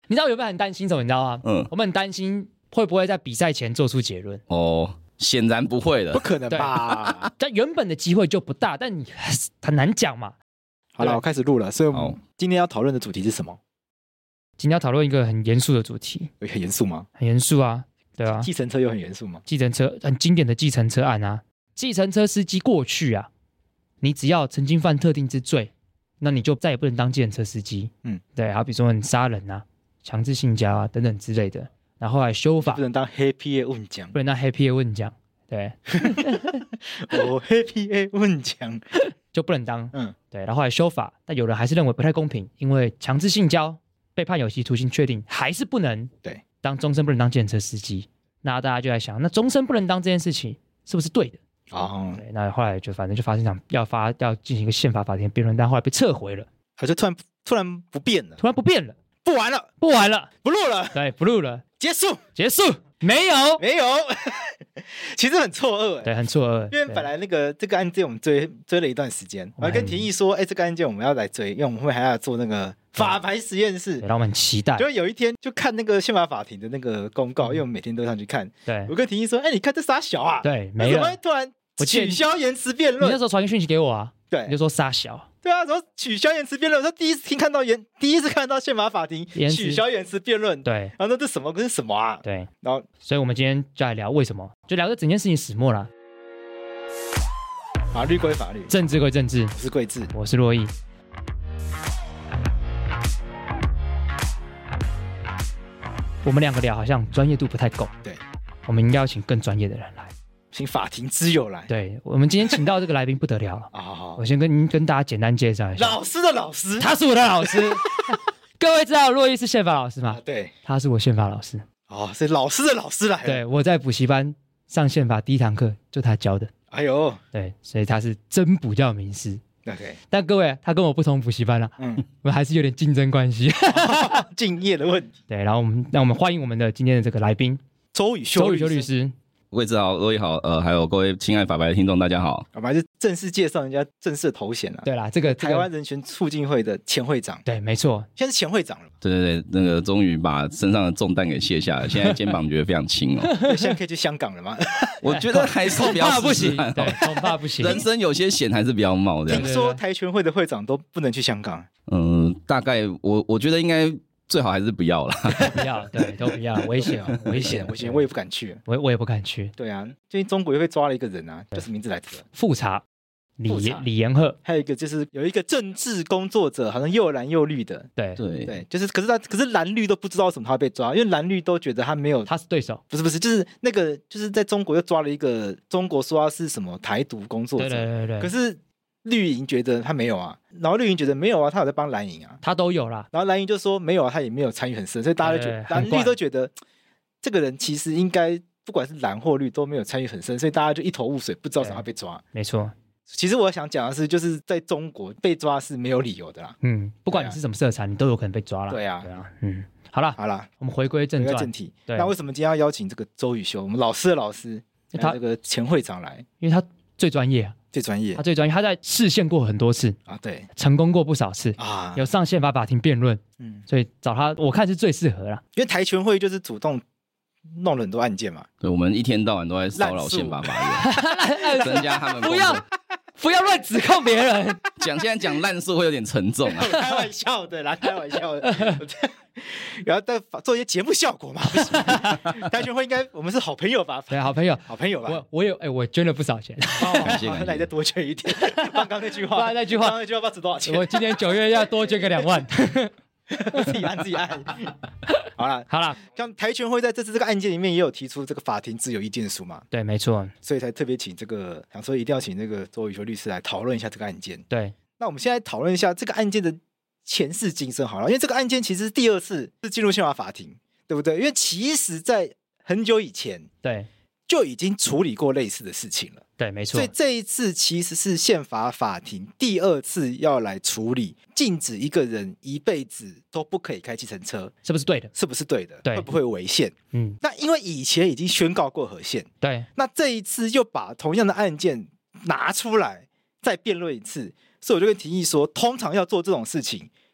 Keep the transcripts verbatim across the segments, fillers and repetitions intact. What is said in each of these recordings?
你知道有没有很担心什么？你知道吗？嗯，我们很担心会不会在比赛前做出结论。 哦，显然不会的， 不可能吧？ 但原本的机会就不大，但你很难讲嘛。 好了，我开始录了。所以我们今天要讨论的主题是什么？ 今天要讨论一个很严肃的主题。 很严肃吗？ 很严肃啊，对啊。 计程车又很严肃吗？ 计程车很经典的计程车案啊，计程车司机过去啊，你只要曾经犯特定之罪，那你就再也不能当计程车司机。嗯，对，好比说你杀人啊、强制性交啊等等之类的。然后后来修法， 不能当黑皮的问奖， 不能当黑皮的问奖，对。 我黑皮的问奖就不能当，嗯，对。然后后来修法，但有人还是认为不太公平，因为强制性交被判有期徒刑，确定还是不能对当终身不能当计程车司机。那大家就在想，那终身不能当这件事情是不是对的？哦，对。那后来就反正就发生一场要发要进行一个宪法法庭辩论，但后来被撤回了， 他就突然突然不变了， 突然不变了， 不玩了， 不玩了， 不录了， 对，不录了， 结束， 结束。没有， 没有，其实很错愕， 对，很错愕。 因为本来那个这个案件我们追追了一段时间，我还跟廷义说，哎，这个案件我们要来追，因为我们会还要做那个法白实验室， 然后我们很期待。 就有一天就看那个宪法法庭的那个公告，因为我们每天都上去看。 对， 我跟廷义说，哎，你看这傻小啊， 对，没了， 怎么会突然取消言辞辩论？ 你那时候传讯息给我啊， 对， 你就说傻小。 对啊，然后取消言辞辩论，我说第一次听看到言，第一次看到宪法法庭取消言辞辩论， 对， 然后那这什么跟什么啊？ 对， 然后， 所以我们今天就来聊为什么，就聊这整件事情始末啦。 法律归法律， 政治归政治， 我是桂智， 我是洛毅。我们两个聊好像专业度不太够， 对， 我们应该要请更专业的人来。 请法庭之友来， 对，我们今天请到这个来宾不得了了啊！好好，我先跟跟大家简单介绍一下， 老师的老师， 他是我的老师。各位知道洛毅是宪法老师吗？ 啊、对， 他是我宪法老师。 哦，所以老师的老师来了。 对，我在补习班上宪法第一堂课就他教的。 哎呦， 对，所以他是真补教名师。 OK， 但各位，他跟我不同补习班啦，嗯，我们还是有点竞争关系， 哦、敬业的问题。 对，然后我们让我们欢迎我们的今天的这个来宾周宇修周宇修律师。 位置好，洛毅好，呃，还有各位亲爱法白的听众，大家好。 我们还是正式介绍人家正式的头衔啊。 对啦，这个、这个、 台湾人权促进会的前会长。 对，没错， 现在是前会长了。 对对对，那个终于把身上的重担给卸下了，现在肩膀觉得非常轻哦。 现在可以去香港了吗？ 我觉得还是不要试试看、哦， 对，恐怕不行。 人生有些险还是不要冒的。 听说台全会的会长都不能去香港。 嗯，大概我我觉得应该。最好还是不要啦， 不要，对，都不要，危险， 危险，危险，我也不敢去， 我我也不敢去。 对啊，最近中国又被抓了一个人啊，叫什么名字来着？ 复查李李延鹤， 还有一个就是有一个政治工作者，好像又蓝又绿的， 对对对，就是可是他可是蓝绿都不知道为什么他会被抓，因为蓝绿都觉得他没有他是对手， 不是不是，就是那个就是在中国又抓了一个中国说他是什么台独工作者， 对对对对， 可是。绿营觉得他没有啊，然后绿营觉得没有啊，他有在帮蓝营啊， 他都有啦。 然后蓝营就说没有啊，他也没有参与很深，所以大家就觉得蓝绿都觉得这个人其实应该不管是蓝或绿都没有参与很深，所以大家就一头雾水，不知道怎么被抓。 没错， 其实我想讲的是，就是在中国被抓是没有理由的啦。 嗯，不管你是什么色彩，你都有可能被抓了。 对啊， 对啊，嗯，好了好了， 我们回归正传， 正题。那为什么今天要邀请这个周宇修，我们老师的老师，他这个前会长来？ 因为他最专业啊。 最专业， 他最专业，他在视线过很多次啊，对， 成功过不少次啊，有上宪法法庭辩论，嗯，所以找他，我看是最适合啦。 因为台全会就是主动弄了很多案件嘛， 对，我们一天到晚都在骚扰宪法法院，增加他们不要不要乱指控别人， 讲现在讲烂数会有点沉重啊， 开玩笑的啦，开玩笑的。然后再做一些节目效果嘛，不行。台全会应该我们是好朋友吧？ 对，好朋友， 好朋友吧。 我我有哎、欸，我捐了不少钱， 感谢感谢。 那你再多捐一点。刚刚那句话， 刚刚那句话， 刚刚那句话不知道值多少钱？ 我今年九月要多捐个两万。 自己按自己按。好了好了， 像台全会在这次这个案件里面也有提出这个法庭自由意见书嘛？ 对，没错。 所以才特别请这个想说一定要请这个周宇修律师来讨论一下这个案件。 对， 那我们现在讨论一下这个案件的前世今生好了，因为这个案件其实是第二次是进入宪法法庭，对不对？因为其实在很久以前， 对， 就已经处理过类似的事情了。 对，没错。 所以这一次其实是宪法法庭第二次要来处理，禁止一个人一辈子都不可以开计程车， 是不是对的？ 是不是对的？ 对， 会不会违宪？嗯，那因为以前已经宣告过合宪， 对， 那这一次又把同样的案件拿出来再辩论一次，所以我就跟廷义说，通常要做这种事情，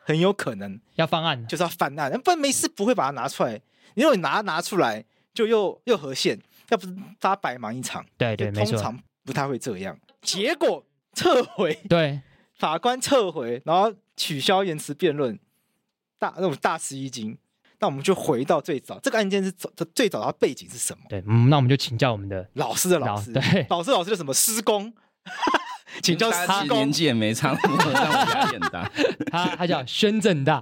很有可能要犯案， 就是要犯案，不然没事不会把它拿出来。因为你拿拿出来就又又合宪，要不是大家白忙一场。 对对，没错， 通常不太会这样。结果撤回， 对， 法官撤回，然后取消言词辩论，大那种大吃一惊。那我们就回到最早，这个案件是最早的背景是什么？ 对，嗯，那我们就请教我们的老师的老师， 对， 老师老师的什么施工？请教施工， 年纪也没差那么多，但我压力很大。 他他叫宣正大。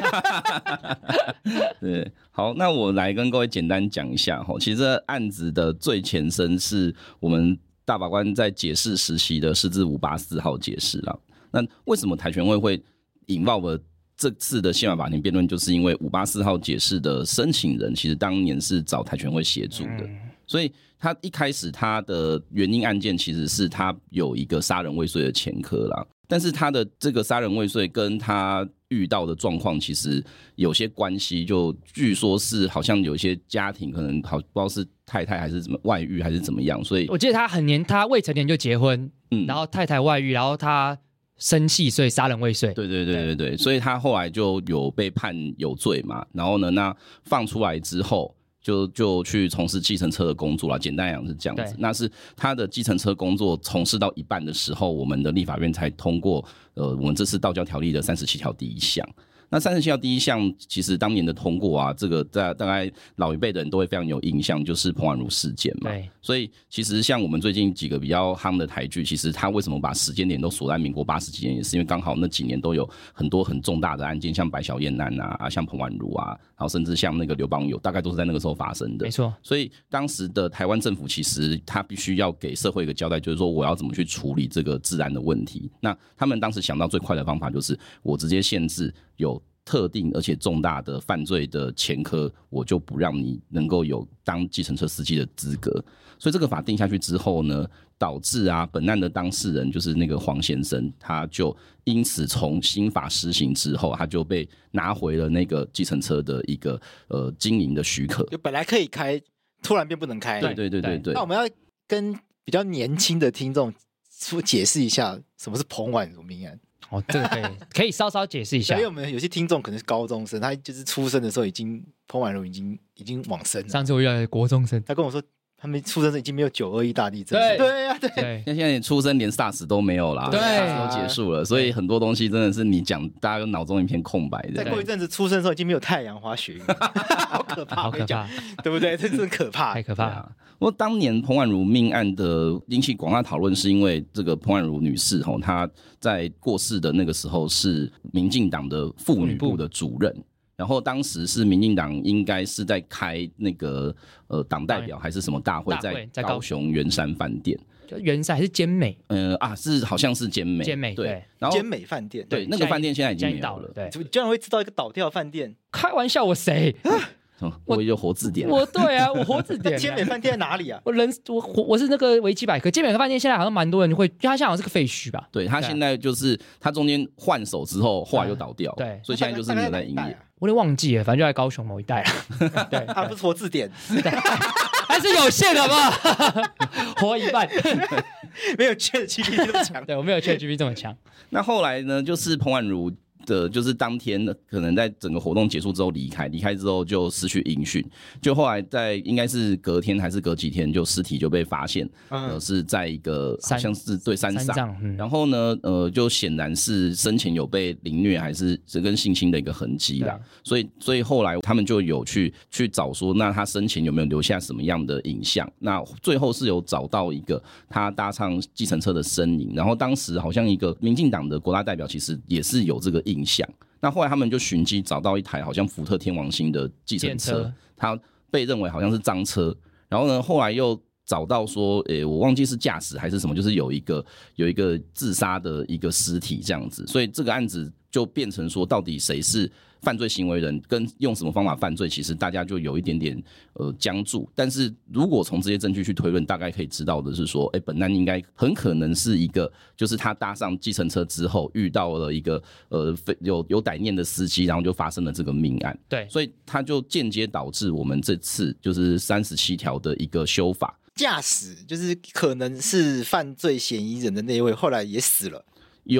对，好，那我来跟各位简单讲一下哈。其实这案子的最前身是我们大法官在解释时期的释字五八四号解释啦。那为什么台权会会引爆了这次的宪法法庭辩论，就是因为五八四号解释的申请人其实当年是找台权会协助的，嗯、所以他一开始他的原因案件其实是他有一个杀人未遂的前科啦，但是他的这个杀人未遂跟他遇到的状况其实有些关系，就据说是好像有一些家庭可能好不知道是太太还是怎么外遇还是怎么样，所以我记得他很年，他未成年就结婚，嗯，然后太太外遇，然后他生气，所以杀人未遂。 对对对对对，所以他后来就有被判有罪嘛，然后呢，那放出来之后。就就去从事计程车的工作啦，简单来讲是这样子。那是他的计程车工作从事到一半的时候，我们的立法院才通过呃我们这次道交条例的三十七条第一项。那三十七条第一项其实当年的通过啊，这个在大概老一辈的人都会非常有印象，就是彭婉如事件嘛。对，所以其实像我们最近几个比较夯的台剧，其实他为什么把时间点都锁在民国八十几年，也是因为刚好那几年都有很多很重大的案件，像白小燕案啊，像彭婉如啊，然后甚至像那个刘邦友，大概都是在那个时候发生的。 没错。 所以当时的台湾政府其实他必须要给社会一个交代，就是说我要怎么去处理这个治安的问题。那他们当时想到最快的方法就是我直接限制有特定而且重大的犯罪的前科，我就不让你能够有当计程车司机的资格。所以这个法定下去之后呢，导致啊本案的当事人就是那个黄先生，他就因此从新法施行之后，他就被拿回了那个计程车的一个呃经营的许可， 就本来可以开，突然变不能开。 对对对对对。 那我们要跟比较年轻的听众解释一下什么是彭婉如命案。 哦，这个可以可以稍稍解释一下。 因为我们有些听众可能是高中生，他就是出生的时候已经彭婉如已经已经往生了。 上次我遇到国中生， 他跟我说他们出生时已经没有九二一大地震。 对对啊，对。 那现在出生连 SARS 都没有啦， 对 ，SARS 都结束了，所以很多东西真的是你讲，大家脑中一片空白的。 再过一阵子出生的时候已经没有太阳花学运，好可怕， 好可怕， 对不对？这真可怕， 太可怕了。 不过当年彭婉如命案的引起广大讨论，是因为这个彭婉如女士吼，她在过世的那个时候是民进党的妇女部的主任，然后当时是民进党应该是在开那个呃党代表还是什么大会，在高雄圆山饭店。 圆山还是坚美？ 呃啊，是好像是坚美， 坚美对， 然后坚美饭店对，那个饭店现在已经没有了。 对， 居然会知道一个倒掉的饭店？ 开玩笑，我谁？ 我有活字典， 我对啊，我活字典。 坚美饭店在哪里啊？ 我人我我是那个维基百科，坚美饭店现在好像蛮多人会，因为它现在好像是个废墟吧？ 对，它现在就是它中间换手之后，后来又倒掉， 对， 所以现在就是没有在营业。 我有点忘记了，反正就在高雄某一带了。对， 它不是活字典， 还是有限的吧？活一半， 没有 ChatGPT 这么强。 对，我没有 ChatGPT 这么强。 那后来呢？就是彭婉如的，就是当天可能在整个活动结束之后离开，离开之后就失去音讯，就后来在应该是隔天还是隔几天，就尸体就被发现，嗯、呃是在一个好像是对山上，嗯、然后呢，呃，就显然是生前有被凌虐还是这跟性侵的一个痕迹啦，所以所以后来他们就有去去找说，那他生前有没有留下什么样的影像？那最后是有找到一个他搭上计程车的身影，然后当时好像一个民进党的国大代表其实也是有这个印象。那后来他们就寻机找到一台好像福特天王星的计程车，它被认为好像是赃车。然后呢，后来又找到说，诶，我忘记是驾驶还是什么，就是有一个有一个自杀的一个尸体这样子。所以这个案子就变成说，到底谁是犯罪行为人，跟用什么方法犯罪，其实大家就有一点点呃僵住。但是如果从这些证据去推论，大概可以知道的是说，哎，本案应该很可能是一个，就是他搭上计程车之后遇到了一个呃有有歹念的司机，然后就发生了这个命案。 对， 所以他就间接导致我们这次就是三十七条的一个修法。 驾驶就是可能是犯罪嫌疑人的那一位，后来也死了。 有。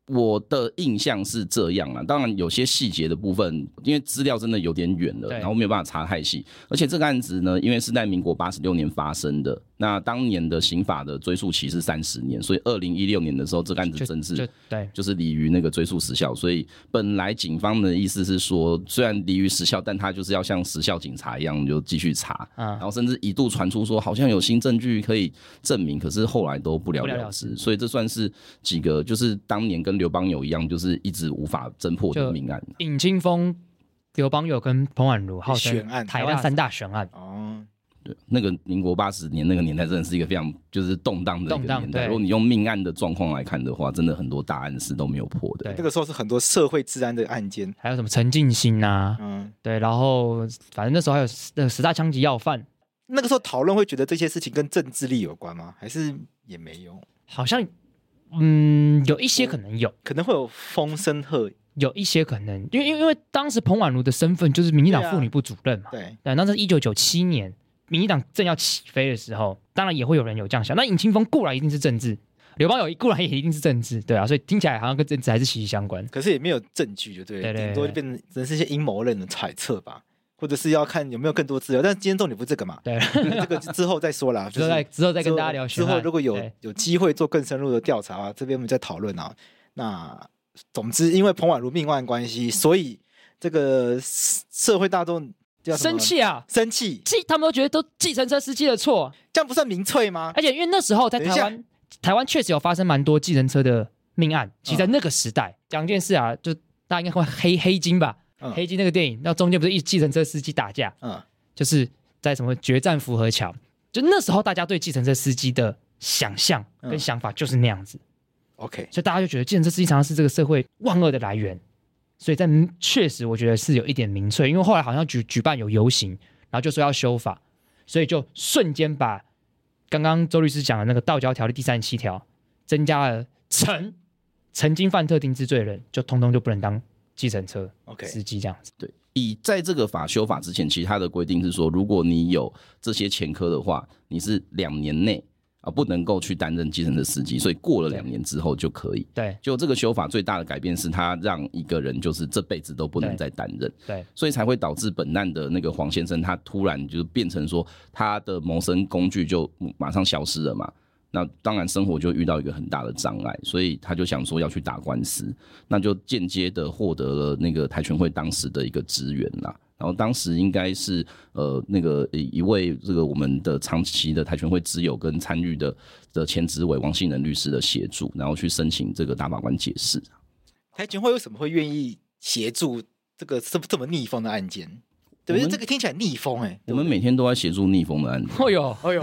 我的印象是这样啦，当然有些细节的部分，因为资料真的有点远了，然后没有办法查太细。而且这个案子呢，因为是在民国八十六年发生的，那当年的刑法的追诉期是三十年，所以二零一六年的时候，这个案子正式对就是离于那个追诉时效。所以本来警方的意思是说，虽然离于时效，但他就是要像时效警察一样就继续查，嗯、然后甚至一度传出说好像有新证据可以证明，可是后来都不了了之。所以这算是几个就是当年跟刘邦友一样，就是一直无法侦破的命案。 尹清风、刘邦友跟彭婉如号称台湾三大悬案。 哦， 对，那个民国八十年那个年代真的是一个非常就是动荡的一个年代。如果你用命案的状况来看的话，真的很多大案是都没有破的。 那个时候是很多社会治安的案件， 还有什么陈进兴啊，嗯，对，然后反正那时候还有那个十大枪击要犯。 那个时候讨论会觉得这些事情跟政治力有关吗？还是也没有？ 好像。嗯，有一些可能有， 可能会有风声鹤， 有一些可能，因为因为当时彭婉如的身份就是民进党妇女部主任嘛， 对、啊， 对，那是一九九七年，民进党正要起飞的时候，当然也会有人有这样想。那尹清风固然一定是政治，刘邦友固然也一定是政治，对啊，所以听起来好像跟政治还是息息相关。 可是也没有证据，就对，顶多就变成只是一些阴谋论的揣测吧。或者是要看有没有更多资料，但是今天重点不是这个嘛？ 对， 这个之后再说啦， 之后再之后再跟大家聊。 之后如果有有机会做更深入的调查啊，这边我们再讨论啊。那总之，因为彭婉如命案关系，所以这个社会大众生气啊， 生气， 他们都觉得都计程车司机的错， 这样不算民粹吗？ 而且因为那时候在台湾，台湾确实有发生蛮多计程车的命案。其实在那个时代，讲、嗯、件事啊，就大家应该会黑黑金吧。嗯、黑金那个电影，那中间不是一计程车司机打架，嗯，就是在什么决战福和桥，就那时候大家对计程车司机的想象跟想法就是那样子。 OK，、嗯、 所以大家就觉得计程车司机常常是这个社会万恶的来源，所以在确实我觉得是有一点民粹，因为后来好像举举办有游行，然后就说要修法，所以就瞬间把刚刚周律师讲的那个道交条例第三十七条增加了曾曾经犯特定之罪的人，就通通就不能当计程车司机这样子。 对，以在这个法修法之前，其实它的规定是说，如果你有这些前科的话，你是两年内啊不能够去担任计程车司机，所以过了两年之后就可以。 对， 就这个修法最大的改变是，它让一个人就是这辈子都不能再担任。 对， 所以才会导致本案的那个黄先生，他突然就变成说，他的谋生工具就马上消失了嘛。那当然生活就遇到一个很大的障碍，所以他就想说要去打官司，那就间接的获得了那个台拳会当时的一个支援啦。然后当时应该是呃那个一位这个我们的长期的台拳会之友跟参与的的前执委王信仁律师的协助，然后去申请这个大法官解释。 台拳会为什么会愿意协助这个这么逆风的案件？对，这个听起来逆风哎、欸， 我们每天都在协助逆风的案子。 哦呦，哦呦，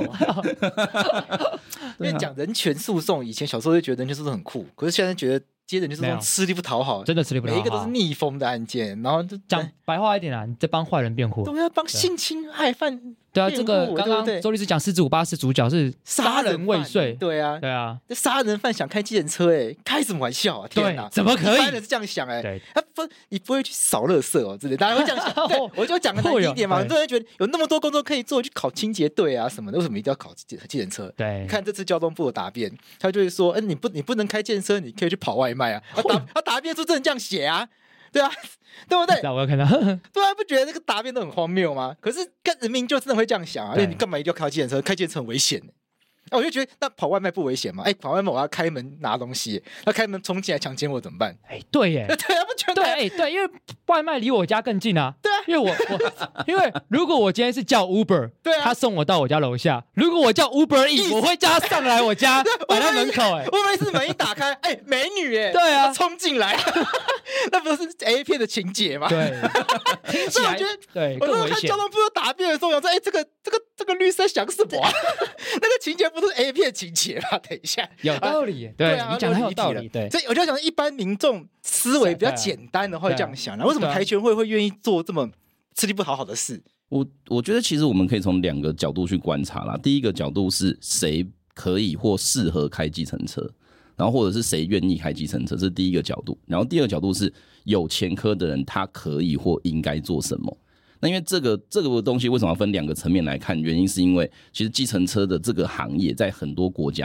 因为讲人权诉讼，以前小时候就觉得人权诉讼很酷，可是现在觉得接人权诉讼吃力不讨好， 真的吃力不讨好， 每一个都是逆风的案件，然后就讲白话一点啊，你在帮坏人辩护， 都要帮性侵害犯。 对啊，这个刚刚周律师讲四至五八是主角是杀人未遂， 对啊， 对啊， 这杀人犯想开计程车，哎，开什么玩笑啊！天哪， 怎么可以？ 一般人是这样想，哎，他不，你不会去扫垃圾哦，之类，大家会这样想。对，我就讲个难听一点嘛，很多人觉得有那么多工作可以做，去考清洁队啊什么的，为什么一定要考计程车？ 对， 看这次交通部的答辩，他就会说，嗯，你不，你不能开计程车，你可以去跑外卖啊。他答，他答辩书真的这样写啊。对啊，对不对？ 我要看到。 对啊，不觉得这个答辩都很荒谬吗？可是人民就真的会这样想啊！你干嘛一定要开计程车？开计程车很危险、欸。我就觉得，那跑外卖不危险吗？哎、欸，跑外卖我要开门拿东西，他开门冲进来强奸我怎么办？ 哎、欸，对耶， 对啊，不觉得？ 对，哎、欸，对，因为外卖离我家更近啊。 对啊， 因为我我因为如果我今天是叫 Uber， 对啊， 他送我到我家楼下；如果我叫 Uber E， 我会叫他上来我家，摆在门口、欸。哎， 我每次门一打开，哎、欸，美女哎、欸， 对啊， 冲进来，那不是 A 片的情节吗？ 对，听起来对更危险。 我看交通部答辩的时候，我说，哎、欸，这个这个这个律师在想什么、啊？那个情节不是 A 片情节吗？等一下， 有道理，对, 对啊，你讲的很有道理，对。 所以我就想，一般民众思维比较简单的话，会这样想，为什么台拳会会愿意做这么吃力不讨好的事？ 我我觉得其实我们可以从两个角度去观察啦。第一个角度是谁可以或适合开计程车，然后或者是谁愿意开计程车，这是第一个角度。然后第二个角度是有前科的人他可以或应该做什么。那因为这个这个东西为什么要分两个层面来看？原因是因为其实计程车的这个行业在很多国家，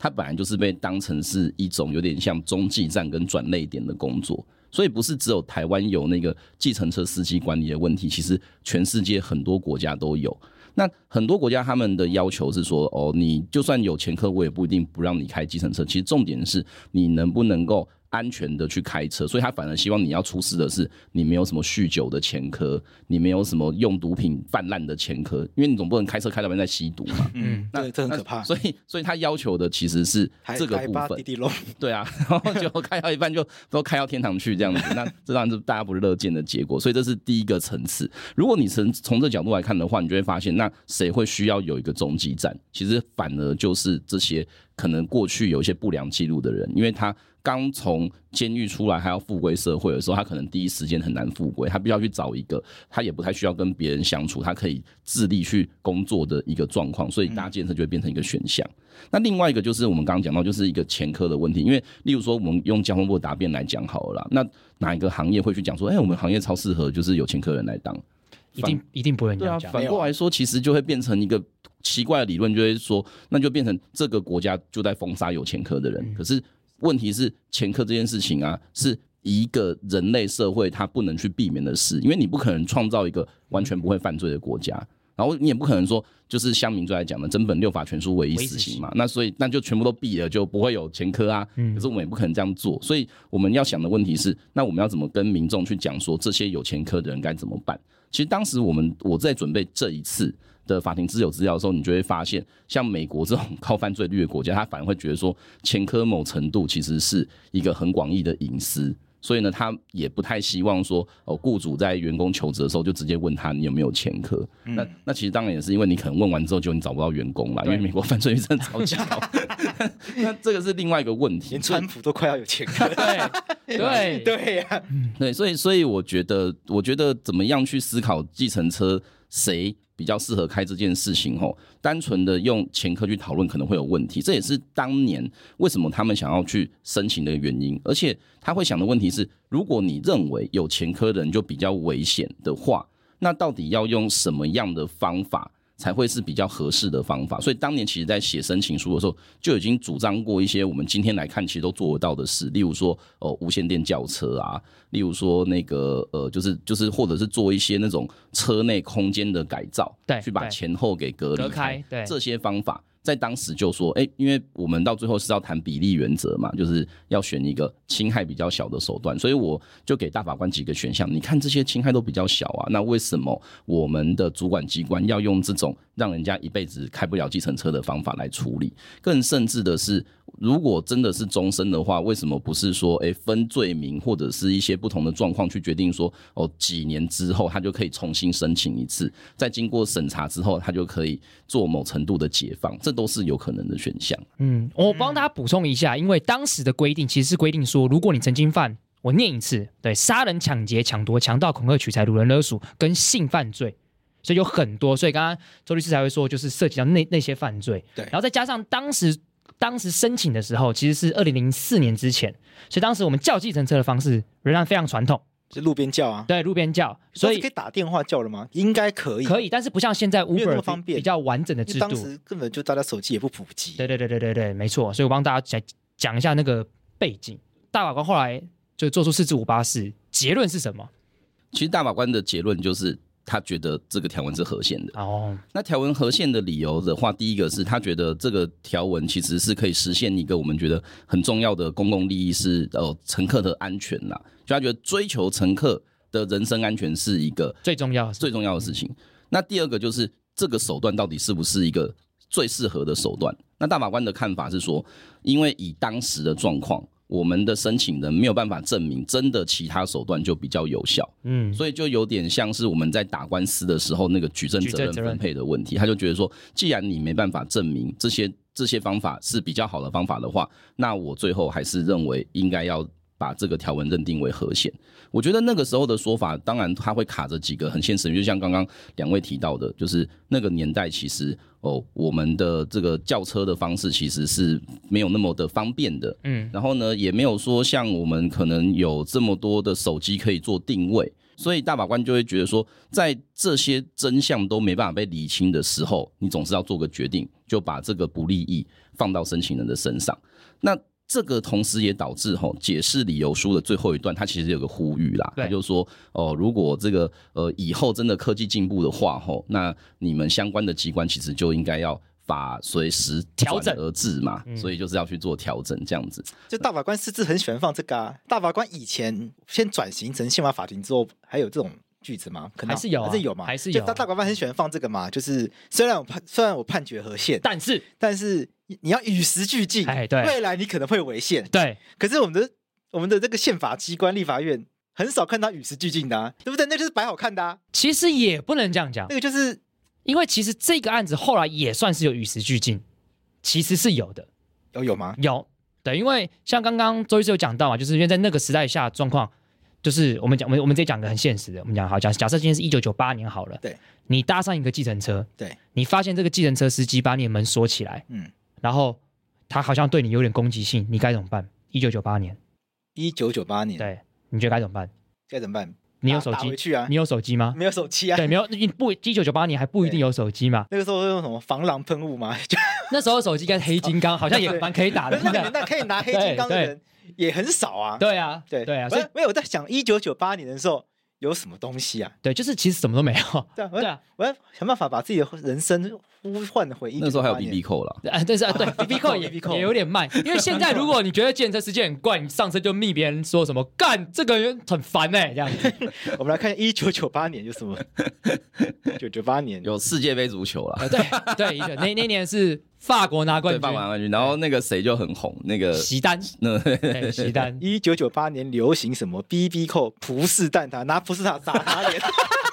它本来就是被当成是一种有点像中继站跟转类点的工作，所以不是只有台湾有那个计程车司机管理的问题，其实全世界很多国家都有。那很多国家他们的要求是说，哦，你就算有前科，我也不一定不让你开计程车。其实重点是你能不能够安全的去开车，所以他反而希望你要出示的是你没有什么酗酒的前科，你没有什么用毒品泛滥的前科，因为你总不能开车开到别人在吸毒嘛。 嗯，对，这很可怕。 所以，所以他要求的其实是这个部分。 滴滴漏对啊，然后就开到一半就都开到天堂去这样子，那这当然是大家不乐见的结果。所以这是第一个层次。如果你从从这角度来看的话，你就会发现，那谁会需要有一个中继站？其实反而就是这些可能过去有一些不良记录的人，因为他刚从监狱出来还要复归社会的时候，他可能第一时间很难复归，他必须要去找一个他也不太需要跟别人相处，他可以自立去工作的一个状况，所以搭计程车就会变成一个选项。嗯、那另外一个就是我们刚刚讲到，就是一个前科的问题，因为例如说我们用交通部的答辩来讲好了啦，那哪一个行业会去讲说，哎、欸，我们行业超适合就是有前科人来当？ 一定一定不会这样讲。 对啊，反过来说，其实就会变成一个奇怪的理论，就会说，那就变成这个国家就在封杀有前科的人。嗯、可是问题是，前科这件事情啊，是一个人类社会它不能去避免的事，因为你不可能创造一个完全不会犯罪的国家，然后你也不可能说，就是乡民最来讲的整本六法全书唯一死刑嘛，那所以那就全部都毙了，就不会有前科啊。可是我们也不可能这样做，所以我们要想的问题是，那我们要怎么跟民众去讲说，这些有前科的人该怎么办？其实当时我们我在准备这一次的法庭自有资料的时候，你就会发现，像美国这种高犯罪率的国家，他反而会觉得说，前科某程度其实是一个很广义的隐私，所以呢，他也不太希望说，哦，雇主在员工求职的时候就直接问他你有没有前科。嗯、那那其实当然也是因为你可能问完之后就你找不到员工啦，因为美国犯罪率真的超级高。那这个是另外一个问题， 连川普都快要有前科。 对对对呀、啊， 对，所以所以我觉得，我觉得怎么样去思考计程车谁比较适合开这件事情吼，单纯的用前科去讨论可能会有问题，这也是当年为什么他们想要去申请的原因。而且他会想的问题是，如果你认为有前科的人就比较危险的话，那到底要用什么样的方法才会是比较合适的方法？所以当年其实在写申请书的时候，就已经主张过一些我们今天来看其实都做得到的事，例如说哦无线电轿车啊，例如说那个呃就是就是或者是做一些那种车内空间的改造， 对， 去把前后给隔离隔开，对， 这些方法。在当时就说，哎，因为我们到最后是要谈比例原则嘛，就是要选一个侵害比较小的手段，所以我就给大法官几个选项。你看这些侵害都比较小啊，那为什么我们的主管机关要用这种让人家一辈子开不了计程车的方法来处理？更甚至的是，如果真的是终身的话，为什么不是说，哎，分罪名或者是一些不同的状况去决定说，哦，几年之后他就可以重新申请一次，再经过审查之后，他就可以做某程度的解放，这都是有可能的选项。 嗯，我帮大家补充一下，因为当时的规定其实是规定说，如果你曾经犯，我念一次，对，杀人、抢劫、抢夺、强盗、恐吓、取财、掳人勒赎跟性犯罪。所以有很多，所以刚刚周律师才会说，就是涉及到那那些犯罪， 对， 然后再加上当时当时申请的时候，其实是二零零四年之前，所以当时我们叫计程车的方式仍然非常传统， 是路边叫啊， 对，路边叫，所以可以打电话叫了吗？应该可以， 可以，但是不像现在 Uber 方便， 比较完整的制度， 当时根本就大家手机也不普及， 对对对对对对，没错，所以我帮大家讲讲一下那个背景。大法官后来就做出四至五八四，结论是什么？ 其实大法官的结论就是他觉得这个条文是合宪的。 哦， 那条文合宪的理由的话，第一个是他觉得这个条文其实是可以实现一个我们觉得很重要的公共利益是，是呃乘客的安全啦。就他觉得追求乘客的人身安全是一个最重要的最重要的事情。那第二个就是这个手段到底是不是一个最适合的手段？那大法官的看法是说，因为以当时的状况，我们的申请人没有办法证明真的其他手段就比较有效，嗯，所以就有点像是我们在打官司的时候那个举证责任分配的问题。他就觉得说，既然你没办法证明这些这些方法是比较好的方法的话，那我最后还是认为应该要把这个条文认定为合宪。我觉得那个时候的说法，当然他会卡着几个很现实，就像刚刚两位提到的，就是那个年代其实哦，我们的这个叫车的方式其实是没有那么的方便的，嗯，然后呢，也没有说像我们可能有这么多的手机可以做定位。 所以大法官就会觉得说，在这些真相都没办法被理清的时候，你总是要做个决定，就把这个不利益放到申请人的身上。那这个同时也导致吼解释理由书的最后一段，它其实有个呼吁啦，他就说哦，如果这个呃以后真的科技进步的话吼，那你们相关的机关其实就应该要法随时调整而治嘛、 嗯， 所以就是要去做调整这样子。 就大法官私自很喜欢放这个啊，大法官以前先转型成宪法法庭之后，还有这种句子吗？可能还是有、啊， 还是有嘛， 还是有、啊。 就大大法官很喜欢放这个嘛，就是虽然我判虽然我判决合宪， 但是但是你要与时俱进， 哎，对， 未来你可能会违宪， 对。 可是我们的我们的这个宪法机关立法院很少看到与时俱进的、啊，对不对？那就是摆好看的啊。 其实也不能这样讲， 那个就是因为其实这个案子后来也算是有与时俱进，其实是有的。 有有吗？ 有，对，因为像刚刚周医师有讲到嘛，就是因为在那个时代下状况。就是我们讲，我们我们直接讲个很现实的，我们讲好，假假设今天是一九九八年好了， 对， 你搭上一个计程车， 对， 你发现这个计程车司机把你的门锁起来，嗯，然后他好像对你有点攻击性，你该怎么办？一九九八年， 一九九八年， 对，你觉得该怎么办？ 该怎么办？ 你有手机？ 回去啊？ 你有手机吗？ 没有手机啊？ 对，没有，你不一九九八年还不一定有手机嘛？ 那个时候用什么防狼喷雾吗？ 那时候手机跟黑金刚好像也蛮可以打的， 那个年代可以拿黑金刚的人。也很少啊， 对啊， 对对啊， 所以没有我在想，一九九八年的时候有什么东西啊？ 对，就是其实什么都没有。 对啊，对啊，我要想办法把自己的人生呼唤回忆。 那时候还有 B B 扣了， 啊，但是啊，对 B B 扣也也有点慢，因为现在如果你觉得计程车司机很怪，你上车就密别人说什么干这个人很烦哎、欸，这样子。 我们来看一九九八年有什么？一九九八年有世界杯足球了、 啊，对对，那那年是。法国拿冠军， 法国拿冠军，然后那个谁就很红，那个席丹，对，席丹。 一九九八年流行什么 B B 扣、葡式蛋挞，拿葡式蛋挞砸他脸。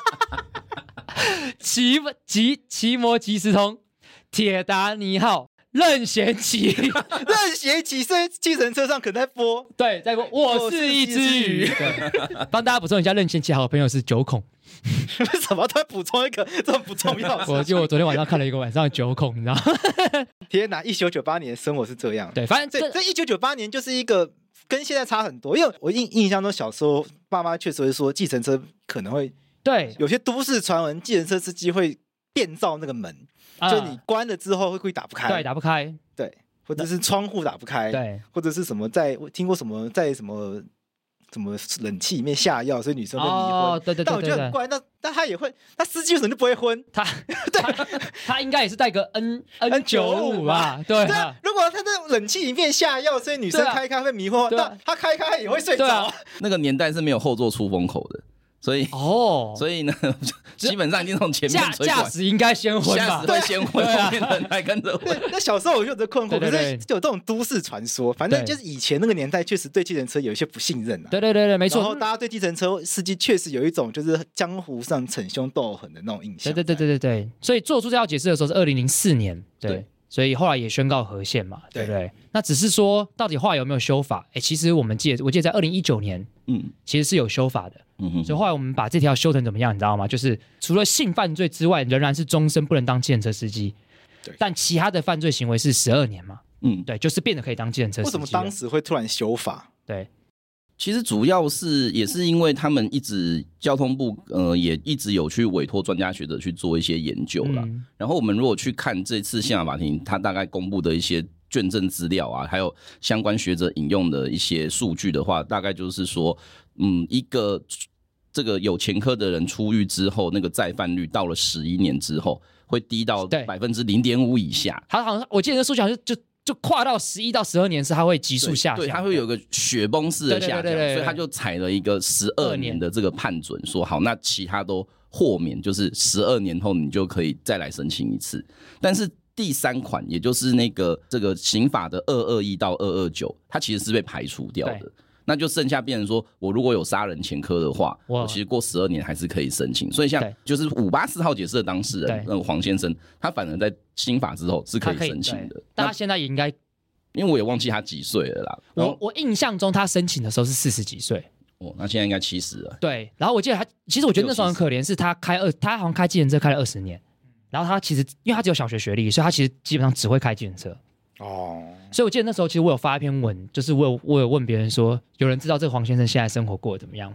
奇奇奇摩即时通、铁达尼号、任贤齐， 任贤齐在计程车上可能在播， 对，在播。我是一只鱼。帮大家补充一下，任贤齐好朋友是九孔。 为什么他补充一个这么不重要的？ 我就我昨天晚上看了一个晚上的九孔，你知道吗？ 天哪！一九九八年的生活是这样， 对，反正这这一九九八年就是一个跟现在差很多，因为我印印象中小时候爸妈确实会说，计程车可能会对有些都市传闻，计程车司机会变造那个门，啊、就你关了之后会故意打不开， 对，打不开， 对，或者是窗户打不开， 对， 或者是什么在听过什么在什么。什么冷气里面下药，所以女生会迷昏。 哦，对对对对对。 但我觉得很怪，那那他也会，他司机为什么就不会昏？ 他他他应该也是带个 N N 九五吧？对啊。 如果他在冷气里面下药，所以女生开开会迷昏，那他开开也会睡着。 那个年代是没有后座出风口的。所以哦， 所以呢，基本上一定从前面吹驾驶应该先昏吧， 驾驶会先昏，后面的人还跟着昏。 那小时候我就有这困惑，可是就有这种都市传说，反正就是以前那个年代确实对计程车有一些不信任啊。 对对对对，没错。 然后大家对计程车司机确实有一种就是江湖上逞凶斗狠的那种印象。 对对对对对对，所以做出这条解释的时候是二零零四年，对。对所以后来也宣告合宪嘛，对不对？那只是说，到底后来有没有修法？哎，其实我们记得，我记得在二零一九年，嗯，其实是有修法的。嗯哼。所以后来我们把这条修成怎么样，你知道吗？就是除了性犯罪之外，仍然是终身不能当计程车司机。对。但其他的犯罪行为是十二年嘛？嗯，对，就是变得可以当计程车司机。 为什么当时会突然修法？ 对。 其实主要是也是因为他们一直交通部呃也一直有去委托专家学者去做一些研究啦、嗯、然后我们如果去看这次宪法法庭他大概公布的一些卷证资料啊，还有相关学者引用的一些数据的话，大概就是说嗯一个这个有前科的人出狱之后，那个再犯率到了十一年之后会低到百分之零点五以下。 他好像我记得那数据好像就就就跨到十一到十二年是它会急速下降， 对，它会有个雪崩式的下降， 对对对对对对， 所以他就采了一个十二年的这个判准，说好，那其他都豁免，就是十二年后你就可以再来申请一次。但是第三款，也就是那个这个刑法的二二一到二二九，它其实是被排除掉的。那就剩下变成说，我如果有杀人前科的话，我其实过十二年还是可以申请。所以像就是五八四号解释的当事人那个黄先生，他反而在新法之后是可以申请的。 但他现在也应该， 因为我也忘记他几岁了啦。 我我印象中他申请的时候是四十几岁。 哦，那现在应该七十了。 对，然后我记得他，其实我觉得那时候很可怜，是他开二，他好像开计程车开了二十年，然后他其实因为他只有小学学历，所以他其实基本上只会开计程车。哦，所以我记得那时候其实我有发一篇文，就是我有我有问别人说，有人知道这个黄先生现在生活过得怎么样吗？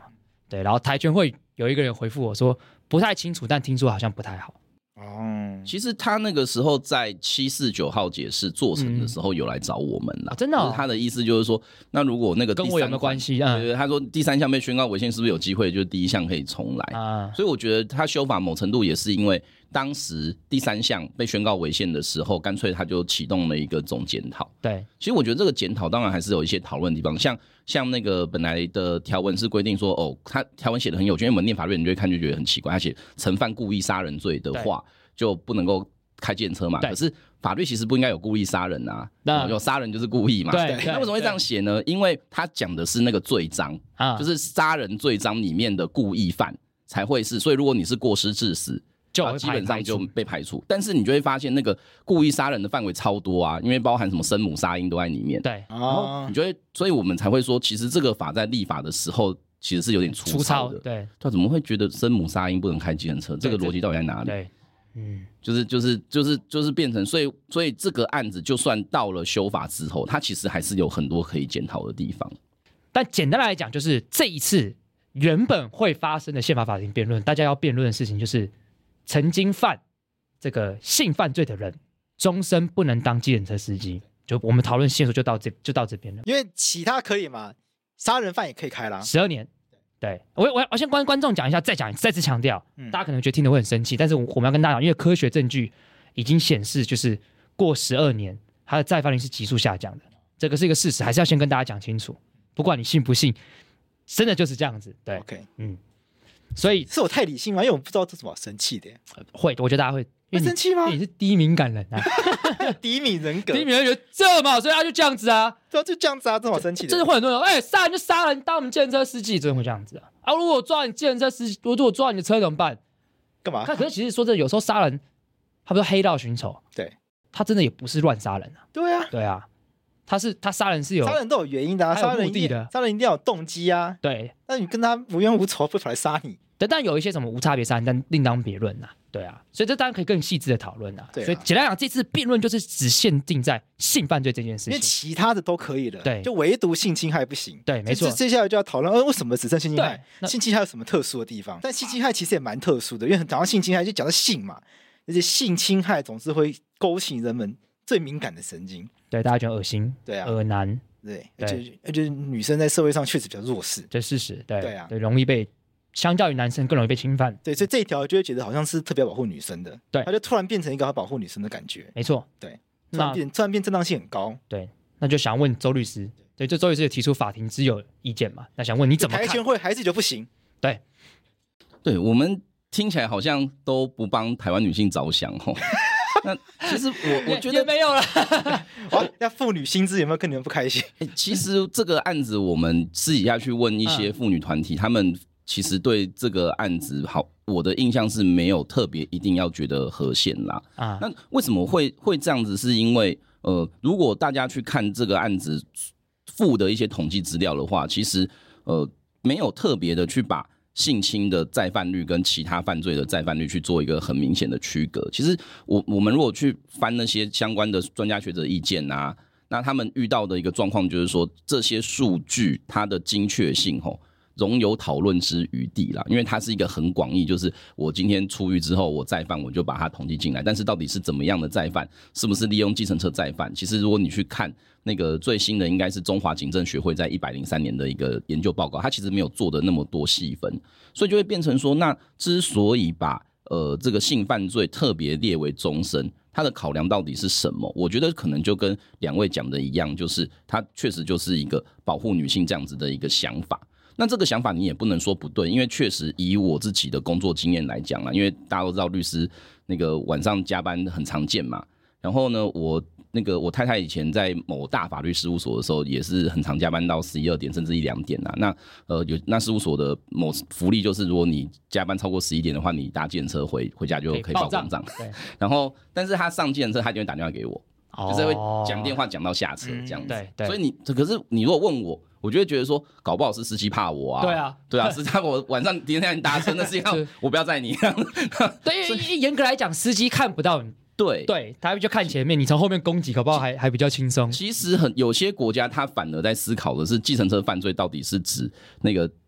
对，然后台拳会有一个人回复我说不太清楚，但听说好像不太好。 哦，其实他那个时候在七四九号解释做成的时候有来找我们啦、 嗯啊、真的、哦， 他的意思就是说，那如果那个第三跟我有没有关系啊？ 对对，他说第三项被宣告违宪，是不是有机会就是第一项可以重来啊？所以我觉得他修法某程度也是因为当时第三项被宣告违宪的时候，干脆他就启动了一个总检讨。 对， 其实我觉得这个检讨当然还是有一些讨论的地方，像像那个本来的条文是规定说，哦，他条文写的很有趣，因为我们念法律你就会看就觉得很奇怪，他写曾犯故意杀人罪的话。就不能够开计程车嘛？可是法律其实不应该有故意杀人啊，有杀人就是故意嘛。 对， 那为什么会这样写呢？因为他讲的是那个罪章啊，就是杀人罪章里面的故意犯才会是，所以如果你是过失致死，就基本上就被排除。但是你就会发现那个故意杀人的范围超多啊，因为包含什么生母杀婴都在里面。 对， 然后你就会，所以我们才会说，其实这个法在立法的时候其实是有点粗糙的。 对， 他怎么会觉得生母杀婴不能开计程车？这个逻辑到底在哪里？ 对。嗯， 就是就是就是就是变成，所以所以这个案子就算到了修法之后，它其实还是有很多可以检讨的地方。 但简单来讲，就是这一次原本会发生的宪法法庭辩论，大家要辩论的事情就是曾经犯这个性犯罪的人，终身不能当计程车司机。就我们讨论线索就到这就到这边了， 因为其他可以嘛，杀人犯也可以开啦， 十二年。对，我我我先跟观众讲一下，再讲再次强调、嗯，大家可能觉得听得会很生气，但是我们要跟大家讲，因为科学证据已经显示，就是过十二年，它的再犯率是急速下降的，这个是一个事实，还是要先跟大家讲清楚。不管你信不信，真的就是这样子。对 ，OK， 嗯，所以是我太理性吗？因为我不知道这怎么生气的。 会，我觉得大家会。 会生气吗？ 你是低敏感人啊， 低敏人格， 低敏人觉得这嘛，所以他就这样子啊， 对啊，就这样子啊，这么生气的， 真的会很多人，哎、欸，杀人就杀人，当我们计程车司机，真的会这样子啊。啊，如果我抓你计程车司机，如果我抓你的车怎么办？ 干嘛？ 可是其实说真的，有时候杀人，他不是黑道寻仇， 对， 他真的也不是乱杀人啊。 对啊， 对啊，他是他杀人是有杀人都有原因的啊，杀人一定杀人一定要有动机啊。 对， 那你跟他无冤无仇，不跑来杀你？ 对，但有一些什么无差别杀人，但另当别论呐。对啊，所以这当然可以更细致的讨论啊。所以简单讲，这次辩论就是只限定在性犯罪这件事情， 因为其他的都可以了， 对， 就唯独性侵害不行。 对，没错。 接下来就要讨论，呃，为什么只剩性侵害？性侵害有什么特殊的地方？但性侵害其实也蛮特殊的，因为讲到性侵害就讲到性嘛，而且性侵害总是会勾起人们最敏感的神经。 对，大家觉得恶心， 对啊， 恶男， 对，而且而且女生在社会上确实比较弱势， 这事实，对， 对啊， 对，容易被。相较于男生更容易被侵犯， 对，所以这一条就会觉得好像是特别保护女生的， 对， 它就突然变成一个要保护女生的感觉， 没错， 对，突然变突然变正当性很高， 对，那就想问周律师，对，就周律师也提出法庭之友意见嘛，那想问你怎么看？ 台拳会还是就不行？ 对， 对我们听起来好像都不帮台湾女性着想哦。那其实我我觉得也没有了， 哇，那妇女薪资有没有跟你们不开心？ 欸、其实这个案子我们私底下去问一些妇女团体，嗯、他们。其实对这个案子，好，我的印象是没有特别一定要觉得合宪啦。啊，那为什么会会这样子？是因为呃，如果大家去看这个案子附的一些统计资料的话，其实呃没有特别的去把性侵的再犯率跟其他犯罪的再犯率去做一个很明显的区隔。其实我我们如果去翻那些相关的专家学者意见啊，那他们遇到的一个状况就是说，这些数据它的精确性吼。容有讨论之余地啦，因为它是一个很广义，就是我今天出狱之后我再犯，我就把它统计进来。但是到底是怎么样的再犯，是不是利用计程车再犯？其实如果你去看那个最新的，应该是中华警政学会在一百零三年的一个研究报告，它其实没有做的那么多细分，所以就会变成说，那之所以把呃这个性犯罪特别列为终身，它的考量到底是什么？我觉得可能就跟两位讲的一样，就是它确实就是一个保护女性这样子的一个想法。那这个想法你也不能说不对，因为确实以我自己的工作经验来讲啦，因为大家都知道律师那个晚上加班很常见嘛。然后呢，我那个我太太以前在某大法律事务所的时候，也是很常加班到十一二点甚至一两点啊。那呃有那事务所的某福利就是，如果你加班超过十一点的话，你搭计程车回回家就可以报公账。对。然后，但是他上计程车，他就会打电话给我，哦、就是会讲电话讲到下车这样子。嗯、对对。所以你可是你如果问我。我就会觉得说，搞不好是司机怕我啊。 对啊， 对啊，司机怕我晚上第二天搭车，那是因为我不要载你。 对，因为严格来讲，司机看不到你。 对对，他就看前面，你从后面攻击，搞不好还还比较轻松。 其实很有些国家，他反而在思考的是，计程车犯罪到底是指那个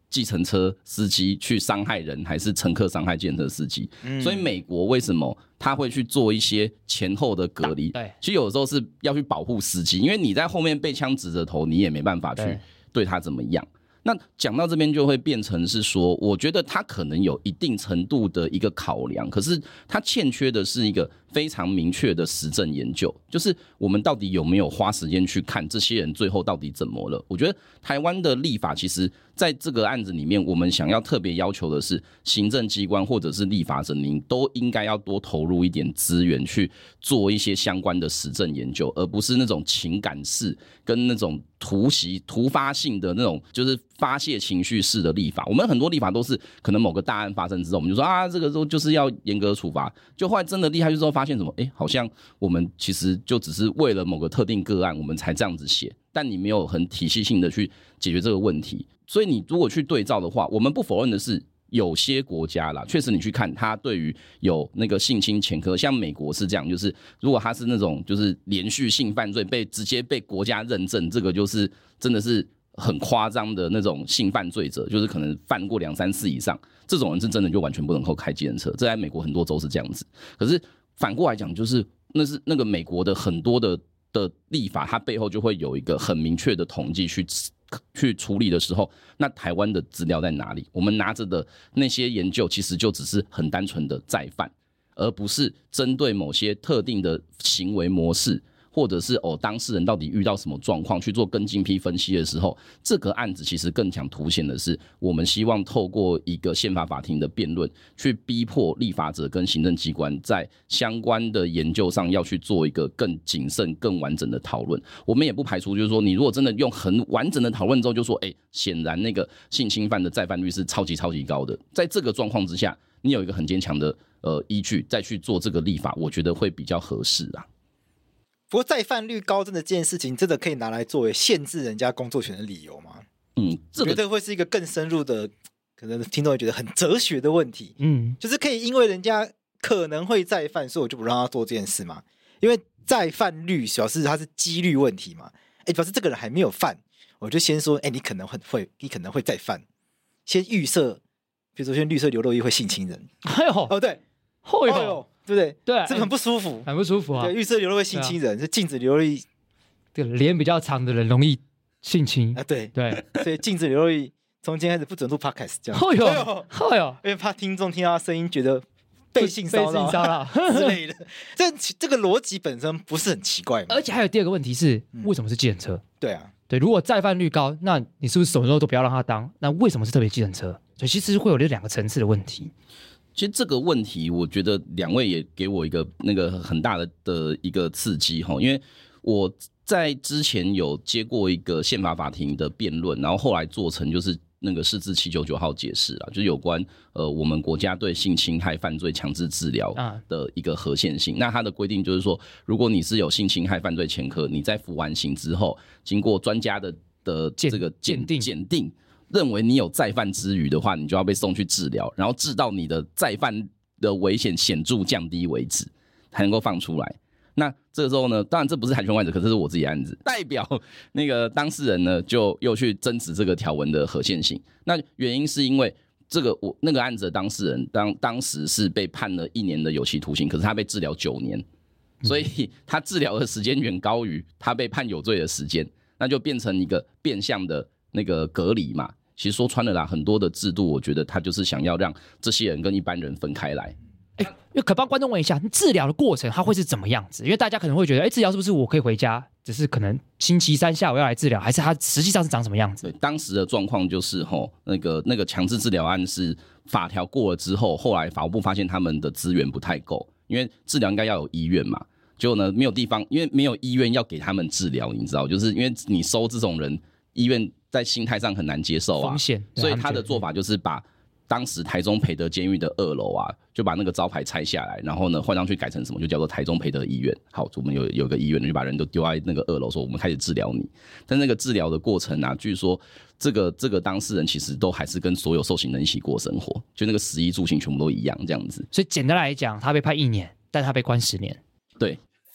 计程车司机去伤害人，还是乘客伤害计程车司机、嗯、所以美国为什么他会去做一些前后的隔离？对，其实有的时候是要去保护司机，因为你在后面被枪指着头，你也没办法去对他怎么样。那讲到这边就会变成是说，我觉得他可能有一定程度的一个考量，可是他欠缺的是一个非常明确的实证研究，就是我们到底有没有花时间去看这些人最后到底怎么了。我觉得台湾的立法其实在这个案子里面，我们想要特别要求的是行政机关或者是立法者，您都应该要多投入一点资源去做一些相关的实证研究，而不是那种情感式跟那种突袭突发性的那种就是发泄情绪式的立法。我们很多立法都是可能某个大案发生之后，我们就说啊，这个时候就是要严格处罚，就后来真的厉害之后发现什么，哎，好像我们其实就只是为了某个特定个案我们才这样子写，但你没有很体系性的去解决这个问题。所以你如果去对照的话，我们不否认的是有些国家啦，确实你去看他对于有那个性侵前科，像美国是这样，就是如果他是那种就是连续性犯罪被直接被国家认证，这个就是真的是很夸张的那种性犯罪者，就是可能犯过两三次以上，这种人是真的就完全不能够开计程车，这在美国很多州是这样子。可是反过来讲，就是那是那个美国的很多的的立法，它背后就会有一个很明确的统计去去处理的时候，那台湾的资料在哪里？我们拿着的那些研究其实就只是很单纯的再犯，而不是针对某些特定的行为模式，或者是哦当事人到底遇到什么状况去做更精辟分析的时候，这个案子其实更想凸显的是，我们希望透过一个宪法法庭的辩论，去逼迫立法者跟行政机关在相关的研究上要去做一个更谨慎、更完整的讨论。我们也不排除，就是说，你如果真的用很完整的讨论之后，就说，哎，显然那个性侵犯的再犯率是超级超级高的，在这个状况之下，你有一个很坚强的呃依据再去做这个立法，我觉得会比较合适啊。 不过再犯率高，真的这件事情真的可以拿来作为限制人家工作权的理由吗？嗯，这个、我觉得会是一个更深入的，可能听众会觉得很哲学的问题。嗯，就是可以因为人家可能会再犯，所以我就不让他做这件事嘛。因为再犯率表示它是几率问题嘛。哎，表示这个人还没有犯，我就先说，哎，你可能很会，你可能会再犯，先预设，比如说先预设刘若英会性侵人。 哎呦， 哦对， 哦呦。 对不对？ 对， 这个很不舒服， 很不舒服啊！ 对，预设刘若英会性侵人，是、啊、禁止刘若英。 对，脸比较长的人容易性侵啊！对对， 所以禁止刘若英从今天开始不准录 podcast 这样。 哎呦，哎呦， 因为怕听众听到他声音觉得被性骚扰之类的。这这个逻辑本身不是很奇怪吗？ 而且还有第二个问题是，为什么是计程车？ 嗯、对啊， 对，如果再犯率高，那你是不是什么时候都不要让他当？那为什么是特别计程车？所以其实会有这两个层次的问题。 其实这个问题，我觉得两位也给我一个那个很大的的一个刺激哈，因为我在之前有接过一个宪法法庭的辩论，然后后来做成就是那个释字七九九号解释啊，就是有关呃我们国家对性侵害犯罪强制治疗的一个合宪性。那它的规定就是说，如果你是有性侵害犯罪前科，你在服完刑之后，经过专家的的这个鉴定鉴定。认为你有再犯之余的话，你就要被送去治疗，然后治到你的再犯的危险显著降低为止，才能够放出来。那这个时候呢，当然这不是海权外者，可是是我自己的案子，代表那个当事人呢，就又去争执这个条文的合宪性。那原因是因为这个我那个案子的当事人当当时是被判了一年的有期徒刑，可是他被治疗九年，所以他治疗的时间远高于他被判有罪的时间，那就变成一个变相的那个隔离嘛。其实说穿了啦，很多的制度，我觉得他就是想要让这些人跟一般人分开来。 哎，可帮观众问一下，治疗的过程它会是怎么样子？因为大家可能会觉得，哎，治疗是不是我可以回家，只是可能星期三下午要来治疗，还是它实际上是长什么样子？ 对，当时的状况就是吼，那个那个强制治疗案是法条过了之后，后来法务部发现他们的资源不太够，因为治疗应该要有医院嘛，结果呢没有地方，因为没有医院要给他们治疗，你知道，就是因为你收这种人，医院在心态上很难接受啊， 风险， 所以他的做法就是把当时台中培德监狱的二楼啊，就把那个招牌拆下来，然后呢换上去改成什么，就叫做台中培德医院。好，我们有有个医院，就把人都丢在那个二楼，说我们开始治疗你。但那个治疗的过程啊，据说这个这个当事人其实都还是跟所有受刑人一起过生活，就那个食衣住行全部都一样这样子。 所以简单来讲，他被判一年，但他被关十年。 对。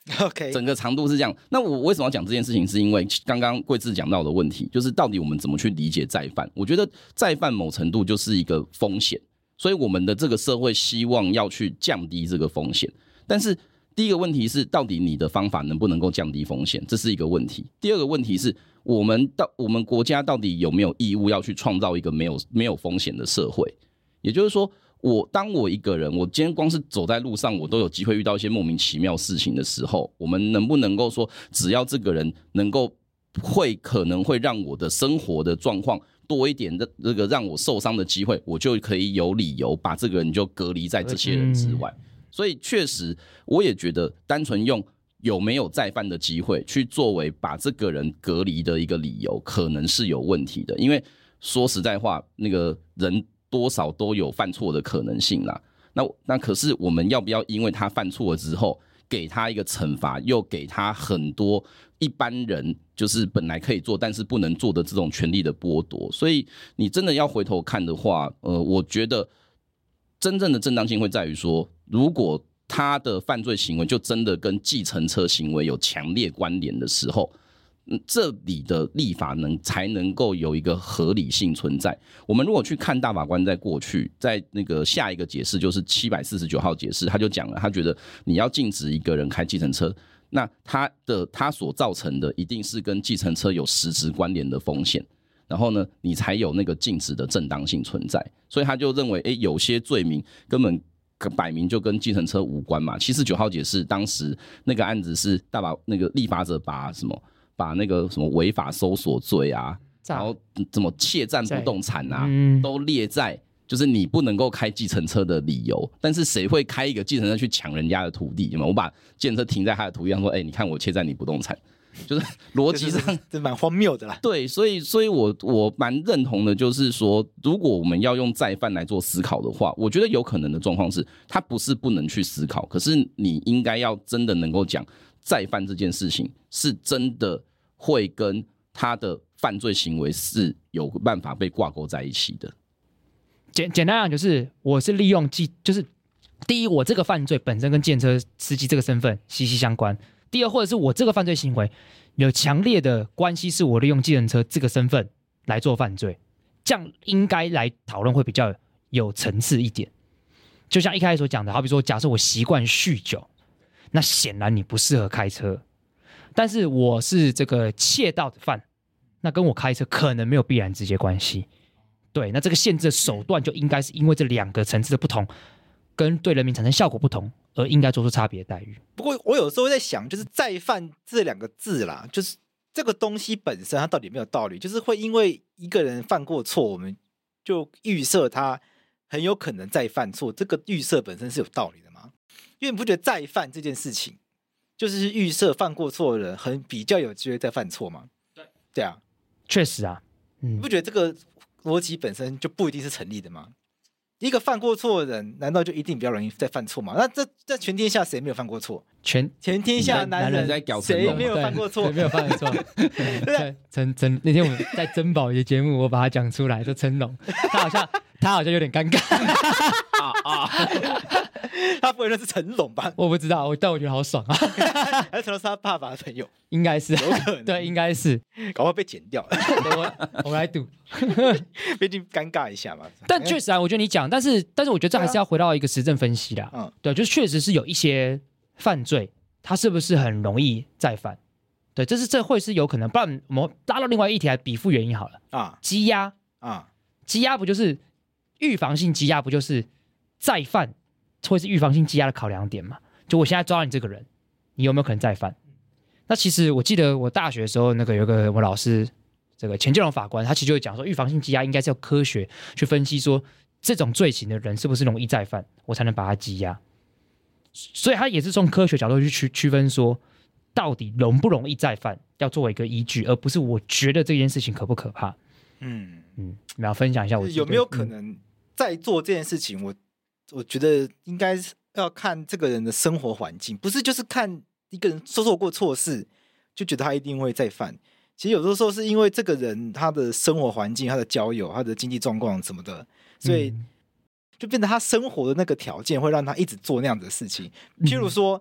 OK， 整个长度是这样。那我为什么要讲这件事情？是因为刚刚贵志讲到的问题，就是到底我们怎么去理解再犯？我觉得再犯某程度就是一个风险，所以我们的这个社会希望要去降低这个风险。但是第一个问题是，到底你的方法能不能够降低风险？这是一个问题。第二个问题是，我们到我们国家到底有没有义务要去创造一个没有没有风险的社会？也就是说，我当我一个人，我今天光是走在路上，我都有机会遇到一些莫名其妙事情的时候，我们能不能够说，只要这个人能够会可能会让我的生活的状况多一点的这个让我受伤的机会，我就可以有理由把这个人就隔离在这些人之外。嗯、所以确实，我也觉得单纯用有没有再犯的机会去作为把这个人隔离的一个理由，可能是有问题的。因为说实在话，那个人多少都有犯错的可能性啦。那那可是我们要不要因为他犯错了之后，给他一个惩罚，又给他很多一般人就是本来可以做但是不能做的这种权利的剥夺？所以你真的要回头看的话，呃，我觉得真正的正当性会在于说，如果他的犯罪行为就真的跟计程车行为有强烈关联的时候，这里的立法能才能够有一个合理性存在。我们如果去看大法官在过去在那个下一个解释，就是七百四十九号解释，他就讲了，他觉得你要禁止一个人开计程车，那他的他所造成的一定是跟计程车有实质关联的风险，然后呢，你才有那个禁止的正当性存在。所以他就认为，诶，有些罪名根本摆明就跟计程车无关嘛。七十九号解释当时那个案子是大法那个立法者把什么？把那个什么违法搜索罪啊，然后怎么窃占不动产啊，嗯、都列在就是你不能够开计程车的理由。但是谁会开一个计程车去抢人家的土地？有没有？我把计程车停在他的土地上，说：“哎、欸，你看我窃占你不动产。”就是逻辑上这蛮荒谬的啦。 对，所以所以我我蛮认同的，就是说，如果我们要用再犯来做思考的话，我觉得有可能的状况是，他不是不能去思考，可是你应该要真的能够讲。再犯这件事情是真的会跟他的犯罪行为是有办法被挂钩在一起的。 简简单讲就是，我是利用计，就是第一，我这个犯罪本身跟计程车司机这个身份息息相关；第二，或者是我这个犯罪行为有强烈的关系，是我利用计程车这个身份来做犯罪，这样应该来讨论会比较有层次一点。就像一开始所讲的，好比说，假设我习惯酗酒。那显然你不适合开车，但是我是这个窃盗的犯，那跟我开车可能没有必然直接关系。对，那这个限制的手段就应该是因为这两个层次的不同，跟对人民产生效果不同，而应该做出差别待遇。 不过我有时候在想，就是再犯这两个字啦，就是这个东西本身它到底有没有道理？就是会因为一个人犯过错，我们就预设他很有可能再犯错，这个预设本身是有道理的吗？因为你不觉得再犯这件事情，就是预设犯过错的人很比较有机会再犯错吗？对，对啊， 确实啊， 嗯，你不觉得这个逻辑本身就不一定是成立的吗？一个犯过错的人，难道就一定比较容易再犯错吗？那这在全天下谁没有犯过错？ 全全天下男人谁没有犯过错？ 谁没有犯过错？对，陈陈那天我们在珍宝的节目，我把他讲出来，说成龙，他好像他好像有点尴尬啊啊！他不会认识成龙吧？ 我不知道，但我觉得好爽啊！ 还是成龙是他爸爸的朋友？ 应该是， 有可能， 对，应该是， 搞不好被剪掉。 我我来赌， 毕竟尴尬一下嘛。 但确实啊，我觉得你讲，但是但是我觉得这还是要回到一个实证分析啦。嗯，对，就是确实是有一些犯罪，它是不是很容易再犯？对，这是这会是有可能。不然我们拉到另外一题来比附原因好了啊，羁押啊，羁押不就是预防性羁押，不就是再犯会是预防性羁押的考量点嘛？就我现在抓到你这个人，你有没有可能再犯？那其实我记得我大学的时候，那个有个我老师，这个钱建荣法官，他其实就会讲说，预防性羁押应该是要科学去分析说，这种罪行的人是不是容易再犯，我才能把他羁押。所以他也是从科学角度去区区分说，到底容不容易再犯，要作为一个依据，而不是我觉得这件事情可不可怕。嗯嗯，你要分享一下我有没有可能在做这件事情？我我觉得应该要看这个人的生活环境，不是就是看一个人做错过错事就觉得他一定会再犯。其实有的时候是因为这个人他的生活环境、他的交友、他的经济状况什么的，所以就变成他生活的那个条件会让他一直做那样子的事情。譬如说，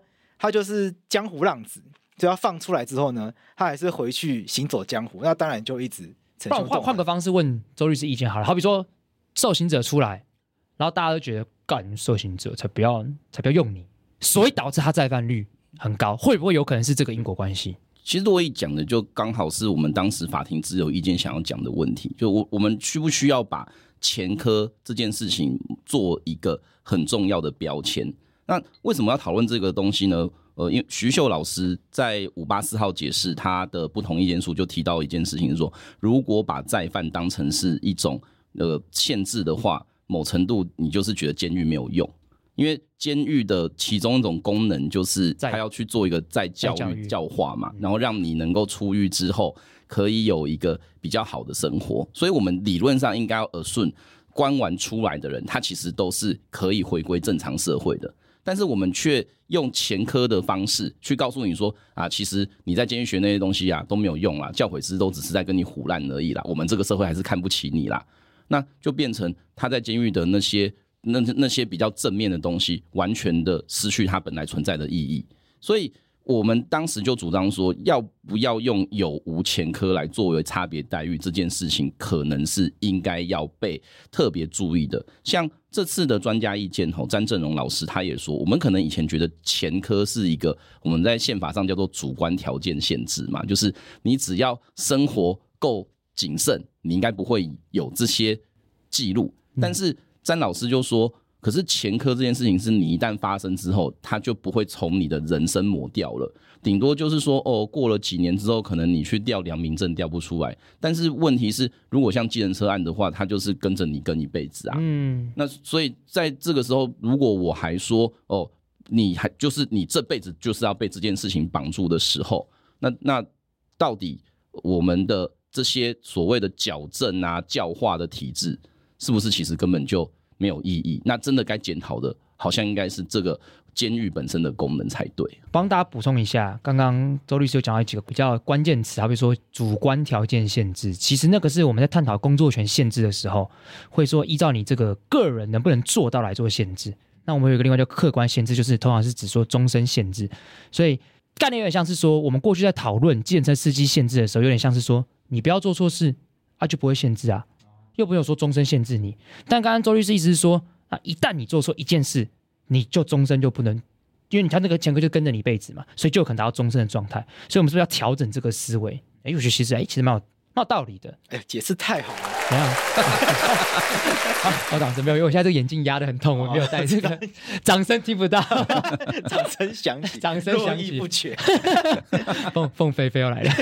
他就是江湖浪子，就要放出来之后呢，他还是回去行走江湖，那当然就一直逞凶斗狠。 换换个方式问周律师意见好了，好比说受刑者出来，然后大家都觉得干受刑者才不要才不要用你，所以导致他再犯率很高，会不会有可能是这个因果关系？ 其实洛毅讲的就刚好是我们当时法庭自由意见想要讲的问题，就我我们需不需要把前科这件事情做一个很重要的标签？那为什么要讨论这个东西呢？呃，因为徐秀老师在五八四号解释他的不同意见书就提到一件事情是说，如果把再犯当成是一种呃限制的话，某程度你就是觉得监狱没有用。因为监狱的其中一种功能就是他要去做一个再教育教化嘛，然后让你能够出狱之后可以有一个比较好的生活，所以我们理论上应该要耳顺关完出来的人，他其实都是可以回归正常社会的，但是我们却用前科的方式去告诉你说啊，其实你在监狱学那些东西啊都没有用啦，教诲师都只是在跟你唬烂而已啦，我们这个社会还是看不起你啦，那就变成他在监狱的那些那那些比较正面的东西完全的失去它本来存在的意义，所以我们当时就主张说，要不要用有无前科来作为差别待遇这件事情，可能是应该要被特别注意的。像这次的专家意见，詹正荣老师他也说，我们可能以前觉得前科是一个我们在宪法上叫做主观条件限制嘛，就是你只要生活够谨慎，你应该不会有这些记录，但是詹老师就说，可是前科这件事情是你一旦发生之后，它就不会从你的人生抹掉了，顶多就是说哦，过了几年之后可能你去调良民证调不出来，但是问题是如果像计程车案的话，它就是跟着你跟一辈子啊。嗯，那所以在这个时候，如果我还说哦，你还就是你这辈子就是要被这件事情绑住的时候，那那到底我们的这些所谓的矫正啊教化的体制是不是其实根本就没有意义？那真的该检讨的好像应该是这个监狱本身的功能才对。 帮大家补充一下，刚刚周律师有讲到几个比较关键词，好比说主观条件限制，其实那个是我们在探讨工作权限制的时候会说依照你这个个人能不能做到来做限制，那我们有一个另外叫客观限制，就是通常是指说终身限制，所以概念有点像是说我们过去在讨论计程车司机限制的时候，有点像是说你不要做错事啊就不会限制啊，又不有说终身限制你，但刚刚周律师意思是说，啊，一旦你做错一件事，你就终身就不能，因为你他那个前科就跟着你一辈子嘛，所以就有可能达到终身的状态。所以我们是不是要调整这个思维？哎，我觉得其实哎，其实蛮有蛮有道理的。 哎，解释太好了。 怎样？好，掌声没有，因为我现在这个眼镜压得很痛，我没有戴这个，掌声听不到， 掌声响起， 掌声响起， 络绎不绝。 凤凤飞飞要来了。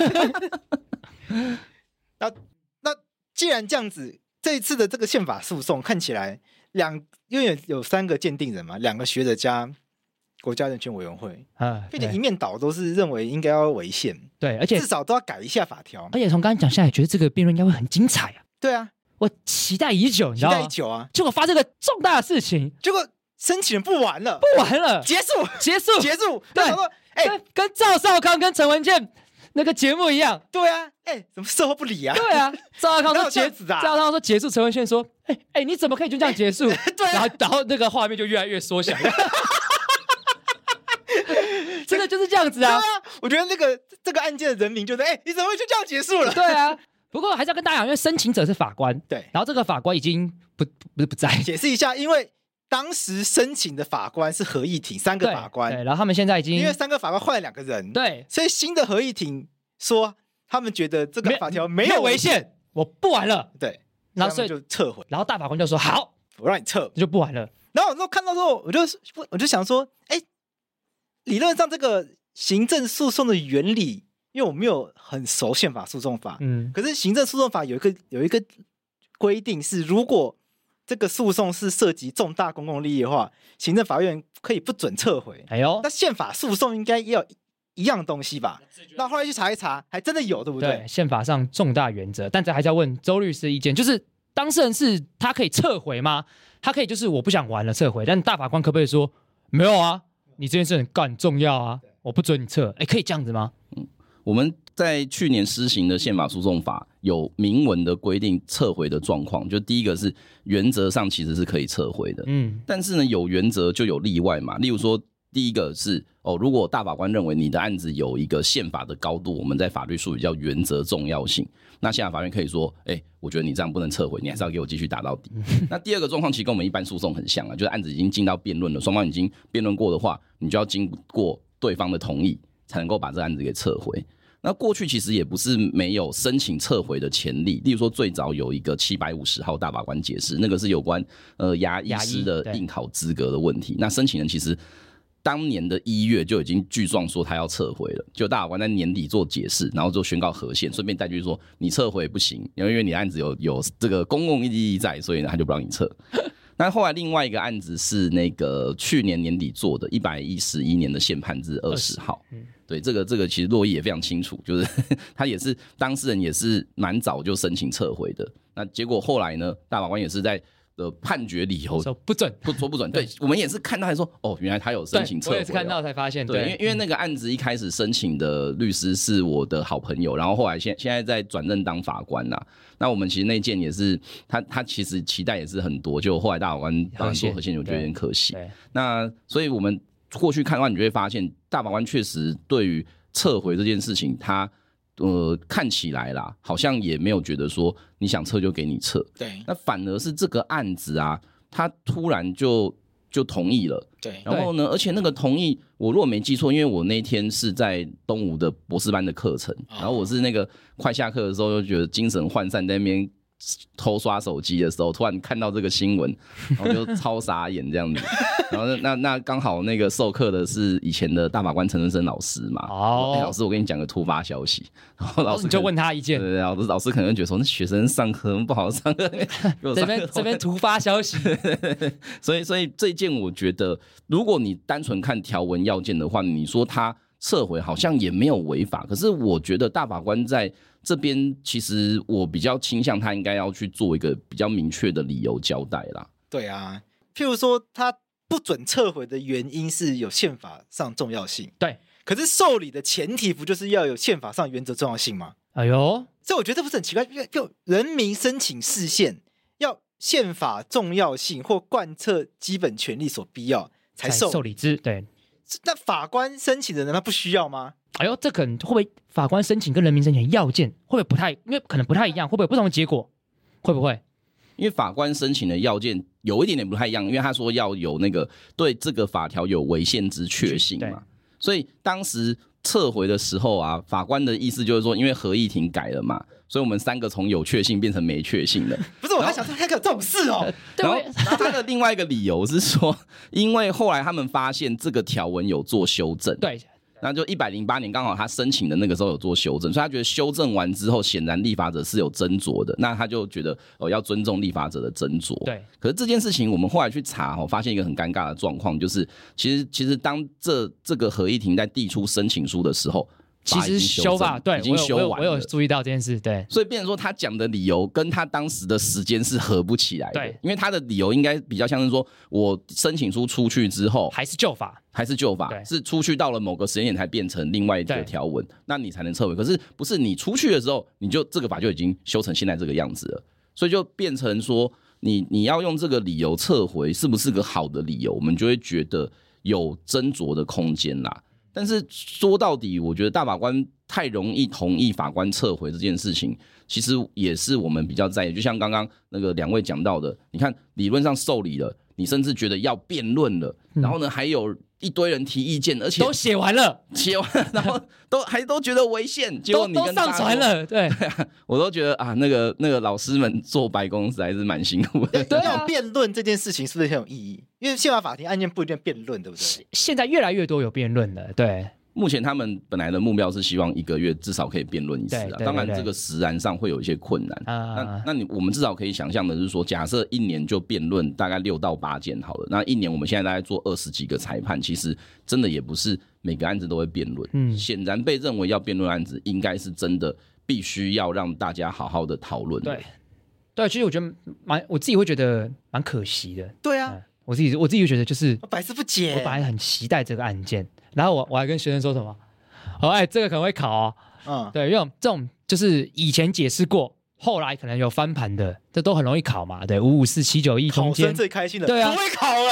那那既然这样子，这一次的这个宪法诉讼看起来两，因为有三个鉴定人嘛，两个学者加国家人权委员会，啊，并且一面倒都是认为应该要违宪， 对，而且至少都要改一下法条。 而且从刚刚讲下来，觉得这个辩论应该会很精彩啊。 对啊， 我期待已久，你知道吗？ 期待已久啊！ 结果发生个重大的事情， 结果申请人不玩了， 不玩了， 结束， 结束， 结束。 对，哎、欸，跟跟赵少康跟陈文健那个节目一样。 对啊，哎、欸，怎么售后不理啊？ 对啊，赵少康说结， 子啊， 赵少康说结束，陈文健说，哎、欸、哎、欸，你怎么可以就这样结束？ 对、啊， 然后然后那个画面就越来越缩小。真的就是这样子啊！ 对啊，我觉得那个这个案件的人名就是，哎、欸，你怎么会就这样结束了？ 对啊，不过还是要跟大家讲，因为申请者是法官， 对， 然后这个法官已经不不是不在。 解释一下，因为当时申请的法官是合议庭三个法官， 对，对然后他们现在已经因为三个法官换了两个人， 对， 所以新的合议庭说他们觉得这个法条没有违宪，我不玩了。 对， 然后所以就撤回， 然后大法官就说好， 我让你撤， 就不玩了。 然后我看到之后，我就我就想说，哎。理论上，这个行政诉讼的原理，因为我没有很熟宪法诉讼法，嗯，可是行政诉讼法有一个有一个规定是，如果这个诉讼是涉及重大公共利益的话，行政法院可以不准撤回。哎呦，那宪法诉讼应该也有一样东西吧？那后来去查一查，还真的有，对不对？ 对，宪法上重大原则，但这还是要问周律师意见，就是当事人是他可以撤回吗？他可以就是我不想玩了撤回，但大法官可不可以说没有啊？你这件事很干重要啊，我不准你撤，哎，可以这样子吗？ 嗯，我们在去年施行的宪法诉讼法有明文的规定撤回的状况，就第一个是原则上其实是可以撤回的，嗯，但是呢有原则就有例外嘛，例如说第一个是哦，如果大法官认为你的案子有一个宪法的高度，我们在法律术语叫原则重要性，那宪法法院可以说，哎、欸，我觉得你这样不能撤回，你还是要给我继续打到底。那第二个状况其实跟我们一般诉讼很像啊，就是案子已经进到辩论了，双方已经辩论过的话，你就要经过对方的同意，才能够把这个案子给撤回。那过去其实也不是没有申请撤回的潜力，例如说最早有一个七百五十号大法官解释，那个是有关呃牙医师的应考资格的问题。那申请人其实当年的一月就已经具状说他要撤回了，就大法官在年底做解释，然后就宣告合宪，顺便带句说你撤回不行，因为你的案子有有这个公共意义在，所以呢他就不让你撤。那后来另外一个案子是那个去年年底做的一百一十一年的宪判字二十号，嗯，对，这个这个其实洛伊也非常清楚，就是他也是当事人也是蛮早就申请撤回的。那结果后来呢，大法官也是在的判决理由说不准， 不说不准。对，我们也是看到才说，哦，原来他有申请撤回、哦。 我也是看到才发现， 对， 对， 因为因为那个案子一开始申请的律师是我的好朋友，然后后来现现在在转任当法官啦。那我们其实那件也是他他其实期待也是很多，就后来大法官帮他做核宪，我觉得有点可惜。那所以我们过去看的话，你就会发现大法官确实对于撤回这件事情，他呃看起来啦，好像也没有觉得说你想撤就给你撤。 对， 那反而是这个案子啊，他突然就就同意了。 对， 然后呢，而且那个同意，我如果没记错，因为我那天是在东吴的博士班的课程，然后我是那个快下课的时候就觉得精神涣散，在那边偷刷手机的时候，突然看到这个新闻，然后就超傻眼这样子。然后那那刚好那个授课的是以前的大法官陈文生老师嘛，哦、欸，老师我跟你讲个突发消息，然后老师、 哦、你就问他意见， 对对，老师老师可能觉得说那学生上课不好上课， 这边这边突发消息， 所以所以这一件我觉得，如果你单纯看条文要件的话，你说他撤回好像也没有违法，可是我觉得大法官在这边其实我比较倾向他应该要去做一个比较明确的理由交代啦。 对啊，譬如说他不准撤回的原因是有宪法上重要性， 对， 可是受理的前提不就是要有宪法上原则重要性吗？ 哎呦， 所以我觉得这不是很奇怪，就人民申请释宪要宪法重要性或贯彻基本权利所必要才受受理之，对。 那法官申请的人他不需要吗？ 哎呦，这可能会不会法官申请跟人民申请要件会不会不太，因为可能不太一样，会不会有不同的结果？会不会？ 因为法官申请的要件有一点点不太一样，因为他说要有那个对这个法条有违宪之确信嘛，所以当时撤回的时候啊，法官的意思就是说，因为合议庭改了嘛，所以我们三个从有确信变成没确信了。 不是，我还想说还有这种事哦。 然后他的另外一个理由是说，因为后来他们发现这个条文有做修正， 对。 那就一百零八年刚好他申请的那个时候有做修正，所以他觉得修正完之后，显然立法者是有斟酌的，那他就觉得哦要尊重立法者的斟酌。 对。 可是这件事情我们后来去查哦，发现一个很尴尬的状况，就是其实其实当这这个合议庭在递出申请书的时候， 其实修法对已经修完了， 我有, 我有注意到这件事，对， 所以变成说他讲的理由跟他当时的时间是合不起来的， 对， 因为他的理由应该比较像是说，我申请书出去之后还是旧法， 还是旧法，是出去到了某个时间点才变成另外一个条文，那你才能撤回。可是不是你出去的时候，你就这个法就已经修成现在这个样子了，所以就变成说，你你要用这个理由撤回，是不是个好的理由？我们就会觉得有斟酌的空间啦。但是说到底，我觉得大法官太容易同意法官撤回这件事情，其实也是我们比较在意。就像刚刚那个两位讲到的，你看理论上受理了，你甚至觉得要辩论了，嗯、然后呢还有一堆人提意见，而且都写完了， 写完了，然后都还都觉得违宪，结果你跟都上传了，对， 对啊，我都觉得啊，那个那个老师们做白工实在是蛮辛苦的。 对啊，辩论这件事情是不是很有意义？因为宪法法庭案件不一定辩论，对不对？ 现在越来越多有辩论了，对。 目前他们本来的目标是希望一个月至少可以辩论一次啊， 对对对对， 当然这个实然上会有一些困难。啊、那那你我们至少可以想象的是说，假设一年就辩论大概六到八件好了，那一年我们现在大概做二十几个裁判，其实真的也不是每个案子都会辩论。嗯，显然被认为要辩论案子，应该是真的必须要让大家好好的讨论。 对，对，其实我觉得蛮，我自己会觉得蛮可惜的。 对啊。嗯， 我自己我自己就觉得就是我百思不解， 我本来很期待这个案件，然后我我还跟学生说什么，哦，哎，这个可能会考哦，嗯，对，因为这种就是以前解释过，后来可能有翻盘的，这都很容易考嘛，对，五五四七九一中间， 考生最开心的， 对啊， 不会考了，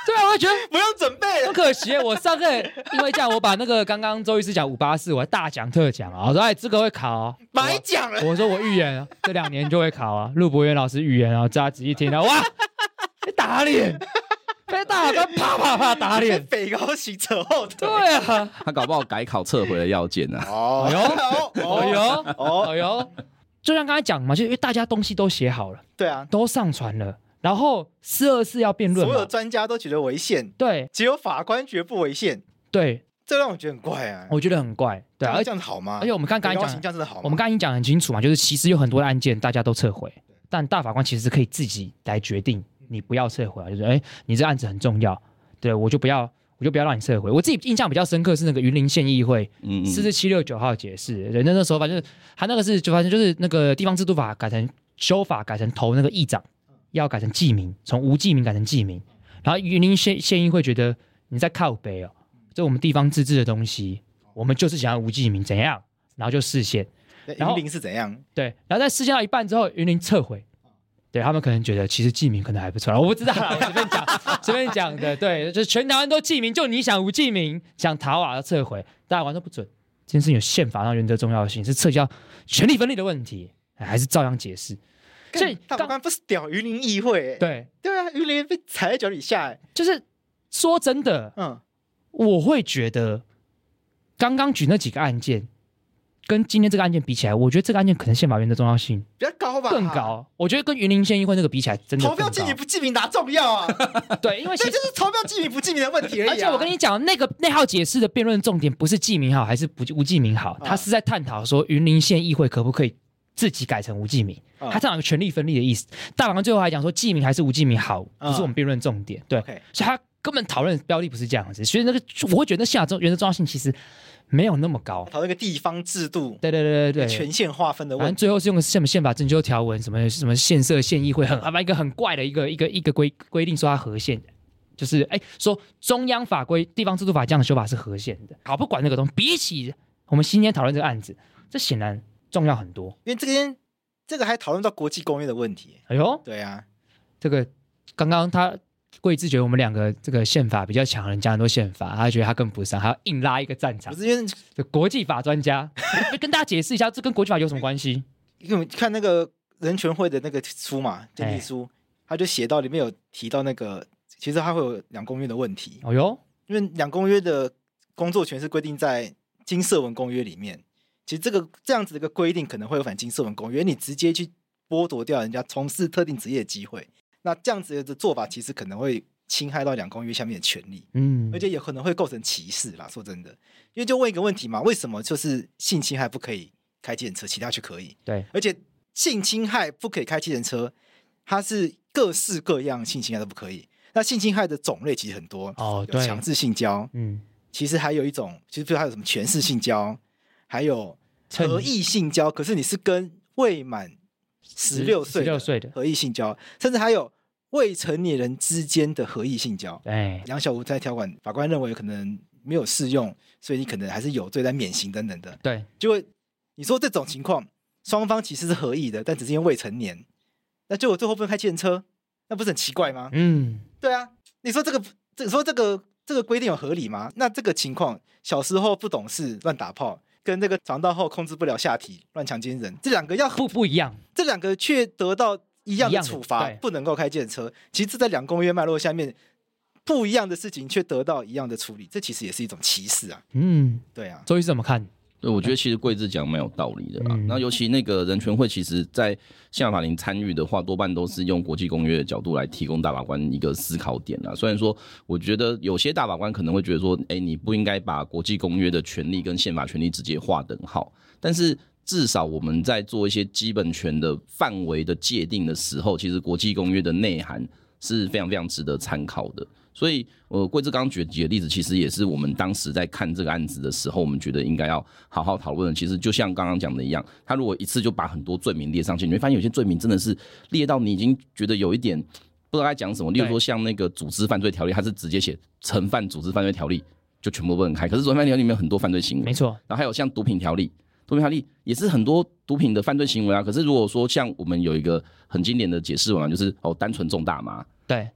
对啊，我就觉得不用准备了， 很可惜。我上课因为这样，我把那个刚刚周医师讲五八四，我还大讲特讲啊。我说哎，这个会考啊， 白讲了。 我说我预言啊，这两年就会考啊。陆博元老师预言啊，大家仔细听啊，哇，被打脸，被大法官啪啪啪打脸， 北高行扯后腿。 对啊， 他搞不好改考撤回了要件啊。 哦哟，哦哟， 哦哦哟，就像刚才讲嘛，就因为大家东西都写好了， 对啊， 都上传了。然后四二四要辩论， 所有专家都觉得违宪， 对， 只有法官觉得不违宪， 对， 这让我觉得很怪啊。 我觉得很怪，对，而这样子好吗？ 而且我们刚刚讲， 这样真的好吗？ 我们刚刚已经讲得很清楚嘛，就是其实有很多的案件大家都撤回，但大法官其实可以自己来决定，你不要撤回啊，就是哎，你这案子很重要，对我就不要，我就不要让你撤回。我自己印象比较深刻是那个云林县议会四四七六九号解释，对，那那时候反正他那个是就反正就是那个地方制度法改成修法改成投那个议长。要改成记名，从无记名改成记名，然后云林县县议会觉得你在靠北哦，这我们地方自治的东西，我们就是想要无记名，怎样？然后就释宪。 然后云林是怎样？ 对，然后在释宪到一半之后，云林撤回，对他们可能觉得其实记名可能还不错，我不知道啦，我随便讲，随便讲的，对，就是全台湾都记名，就你想无记名，想逃啊，撤回，大法官都不准，这件事情有宪法上原则重要性，是涉及到权力分立的问题，还是照样解释。 所以大法官不是屌云林议会、欸， 对对啊，云林被踩在脚底下、欸， 就是说真的，嗯，我会觉得刚刚举那几个案件跟今天这个案件比起来，我觉得这个案件可能宪法原则重要性比较高吧， 更高。我觉得跟云林县议会那个比起来，真的投票记名不记名哪重要啊？ 对，因为其实就是投票记名不记名的问题而已、啊。 而且我跟你讲，那个那号解释的辩论重点不是记名好还是不无记名好，他是在探讨说云林县议会可不可以自己改成无记名，他探讨一个权力分立的意思。大法官最后还讲说记名还是无记名好，不是我们辩论重点。对， okay. 所以他根本讨论标的不是这样子，所以那个我会觉得那宪法原则重要性其实没有那么高。 讨论一个地方制度， 对对对对对， 权限划分的问题。 反正最后是用什么宪法征修条文，什么什么县社县议会，很啊一个很怪的一个一个一个规规定说它合宪的。就是哎，说中央法规、地方制度法这样的修法是合宪的。好，不管那个东西，比起我们今天讨论这个案子，这显然重要很多。 因为这边这个还讨论到国际公约的问题。 哎呦， 对啊， 这个刚刚他贵志觉得我们两个这个宪法比较强，人讲很多宪法，他觉得他跟不上，他要硬拉一个战场。 不是因为这国际法专家，跟大家解释一下，这跟国际法有什么关系？ 因为我们看那个人权会的那个书嘛，建议书，他就写到里面有提到那个。其实它会有两公约的问题， 哦哟， 因为两公约的工作权是规定在经社文公约里面。其实这个这样子的一个规定可能会有反经社文公约，你直接去剥夺掉人家从事特定职业的机会。那这样子的做法其实可能会侵害到两公约下面的权利，嗯，而且也可能会构成歧视啦。说真的，因为就问一个问题嘛，为什么就是性侵害不可以开计程车，其他却可以？ 对， 而且性侵害不可以开计程车，它是各式各样性侵害都不可以。那性侵害的种类其实很多哦，有强制性交，嗯，其实还有一种，其实比如还有什么权势性交，还有合意性交，可是你是跟未满十六岁的合意性交，甚至还有未成年人之间的合意性交。哎，两小无猜条款，法官认为可能没有适用，所以你可能还是有罪在免刑等等的。 对， 就会你说这种情况，双方其实是合意的，但只是因为未成年，那结果最后不能开计程车。那不是很奇怪吗？嗯，对啊，你说这个，你说这个这个规定有合理吗？那这个情况，小时候不懂事乱打炮，跟这个长大后控制不了下体乱强奸人，这两个要不不一样， 这两个却得到一样的处罚，不能够开计程车。其实这在两公约脉络下面，不一样的事情却得到一样的处理，这其实也是一种歧视啊。嗯，对啊， 周医师怎么看？ 对，我觉得其实贵志讲蛮有道理的啦。然后尤其那个人权会，其实在宪法法庭参与的话，多半都是用国际公约的角度来提供大法官一个思考点啦。虽然说，我觉得有些大法官可能会觉得说，哎，你不应该把国际公约的权利跟宪法权利直接划等号，但是至少我们在做一些基本权的范围的界定的时候，其实国际公约的内涵是非常非常值得参考的。所以，呃，贵志刚刚举的几个例子，其实也是我们当时在看这个案子的时候，我们觉得应该要好好讨论的。其实就像刚刚讲的一样，他如果一次就把很多罪名列上去，你会发现有些罪名真的是列到你已经觉得有一点不知道该讲什么。例如说，像那个组织犯罪条例，它是直接写承犯组织犯罪条例，就全部不能开。可是组织犯罪条例里面有很多犯罪行为， 没错。 然后还有像毒品条例，毒品条例也是很多毒品的犯罪行为啊。可是如果说像我们有一个很经典的解释文啊，就是哦，单纯重大麻， 对， 那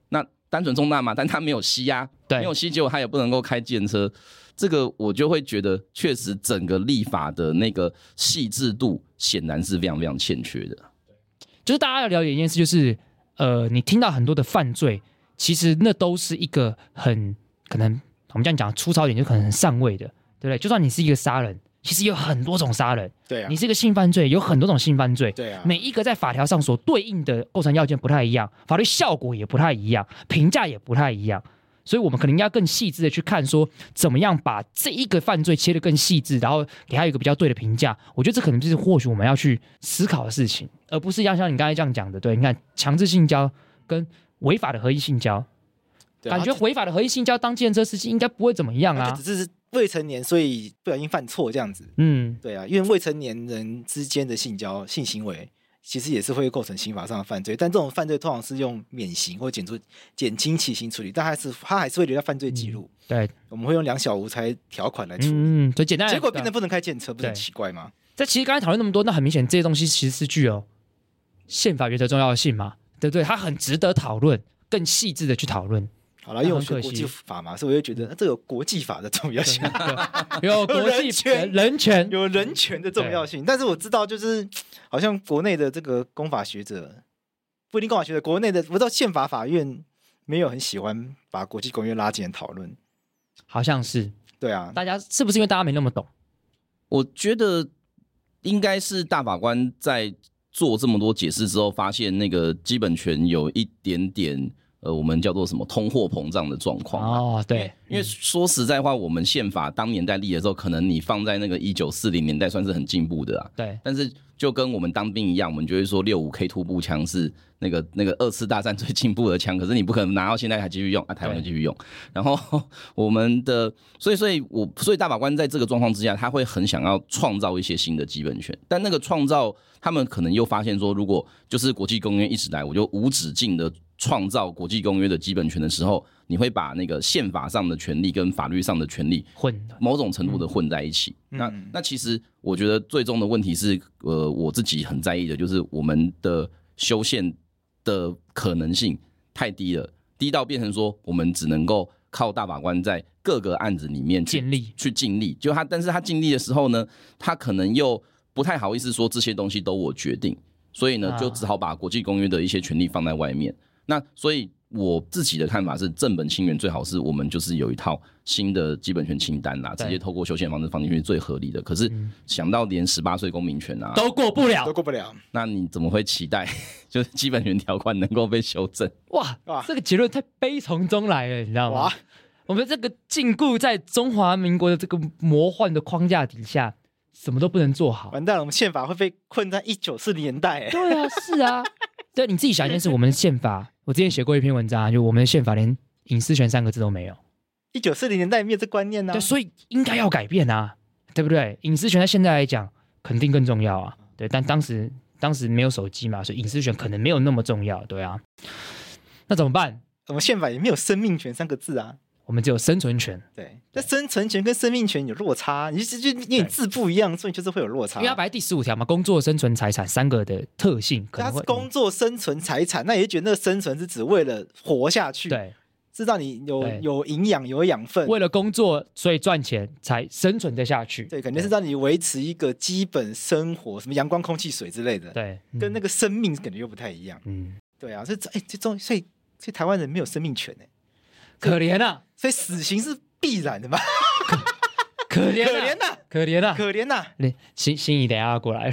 单纯中大麻，但他没有吸啊， 对， 没有吸，结果他也不能够开计程车。这个我就会觉得，确实整个立法的那个细致度显然是非常非常欠缺的。 就是大家要了解一件事，就是呃，你听到很多的犯罪，其实那都是一个很可能我们这样讲粗糙一点，就可能很上位的，对不对？就算你是一个杀人，其实有很多种杀人， 对啊， 你是一个性犯罪，有很多种性犯罪， 对啊， 每一个在法条上所对应的构成要件不太一样，法律效果也不太一样，评价也不太一样。所以我们可能要更细致的去看说怎么样把这一个犯罪切得更细致，然后给他一个比较对的评价。我觉得这可能就是或许我们要去思考的事情，而不是要像你刚才这样讲的。对，你看强制性交跟违法的合意性交，啊、感觉违法的合意性交当计程车司机应该不会怎么样啊， 就只是未成年所以不小心犯错这样子。嗯，对啊，因为未成年人之间的性交性行为其实也是会构成刑法上的犯罪，但这种犯罪通常是用免刑或减除减轻其刑处理，但还是他还是会留下犯罪记录、 嗯。对， 我们会用两小无猜条款来处理。 嗯，所以简单， 结果变成不能开计程车，不是很奇怪吗？ 这其实刚才讨论那么多，那很明显这些东西其实是具有宪法原则重要性嘛，对不对？它很值得讨论，更细致的去讨论。 好了，因为我学国际法嘛，所以我就觉得这有国际法的重要性， 有国际人权、人权有人权的重要性。但是我知道，就是好像国内的这个公法学者，不一定公法学者，国内的我知道宪法法院没有很喜欢把国际公约拉进来讨论， 好像是。 对啊， 大家是不是因为大家没那么懂？ 我觉得应该是大法官在做这么多解释之后，发现那个基本权有一点点。呃，我们叫做什么通货膨胀的状况哦，对， 因为说实在话，我们宪法当年代立的时候，可能你放在那个一九四零年代算是很进步的啊， 对。 但是就跟我们当兵一样，我们就会说六五 K 突步枪是那个那个二次大战最进步的枪，可是你不可能拿到现在还继续用啊，台湾就继续用。然后我们的，所以所以我所以大法官在这个状况之下，他会很想要创造一些新的基本权，但那个创造，他们可能又发现说，如果就是国际公约一直来，我就无止境的。创造国际公约的基本权的时候，你会把那个宪法上的权利跟法律上的权利混某种程度的混在一起。嗯、那那其实我觉得最终的问题是，呃，我自己很在意的就是我们的修宪的可能性太低了，低到变成说我们只能够靠大法官在各个案子里面去尽力去尽力，就他，但是他尽力的时候呢，他可能又不太好意思说这些东西都我决定，所以呢，就只好把国际公约的一些权利放在外面。那所以我自己的看法是，正本清源最好是我们就是有一套新的基本权清单啦，直接透过修宪方式放进去是最合理的。可是想到连十八岁公民权啊都过不了， 都过不了， 那你怎么会期待就是基本权条款能够被修正？ 哇，哇这个结论太悲从中来了，你知道吗？ 哇我们这个禁锢在中华民国的这个魔幻的框架底下，什么都不能做好， 完蛋了，我们宪法会被困在一九四零年代。 对啊，是啊。对，你自己想一件事，我们的宪法，我之前写过一篇文章、啊，就我们的宪法连隐私权三个字都没有。 一九四零年代没有这观念呢、啊， 对，所以应该要改变啊，对不对？隐私权在现在来讲肯定更重要啊，对，但当时当时没有手机嘛，所以隐私权可能没有那么重要，对啊。那怎么办？ 我们宪法也没有生命权三个字啊。 我们只有生存权， 对，那生存权跟生命权有落差，你就就因为字不一样，所以就是会有落差。 因为它摆在第十五条嘛，工作、生存、财产三个的特性，可能会它是工作、生存、财产，那也觉得那个生存是指为了活下去， 对， 是让你有有营养、有养分。 为了工作，所以赚钱才生存得下去。 对，肯定是让你维持一个基本生活，什么阳光、空气、水之类的。 对，嗯、 跟那个生命感觉又不太一样。嗯，对啊，所以哎，这种所以所以台湾人没有生命权哎。 可怜啊！ 所以死刑是必然的嘛？ 可怜可怜呐， 可怜呐， 可怜呐！ 心心怡等一下要过来了，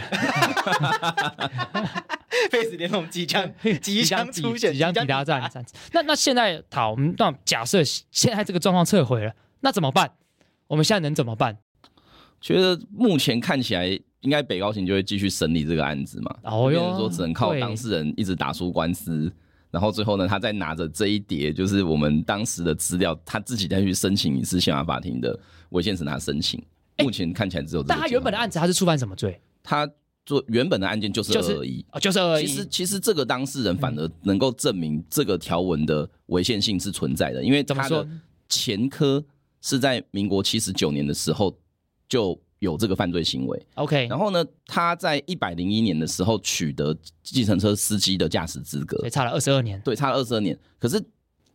废死连同即将即将出现， 即将抵达站。那那现在好，我们那假设现在这个状况撤回了，那怎么办？我们现在能怎么办？ 觉得目前看起来，应该北高庭就会继续审理这个案子嘛。 哦哟， 变成说只能靠当事人一直打输官司。然后最后呢，他再拿着这一叠，就是我们当时的资料，他自己再去申请一次宪法法庭的违宪审查申请。目前看起来只有这个。 但他原本的案子他是触犯什么罪？ 他做原本的案件就是二二一， 就是二二一。 其实其实这个当事人反而能够证明这个条文的违宪性是存在的，因为他的前科是在民国七十九年的时候就有这个犯罪行为 ，OK。 然后呢，他在一百零一年的时候取得计程车司机的驾驶资格， 所以差了二十二年。 对，差了二十二年。可是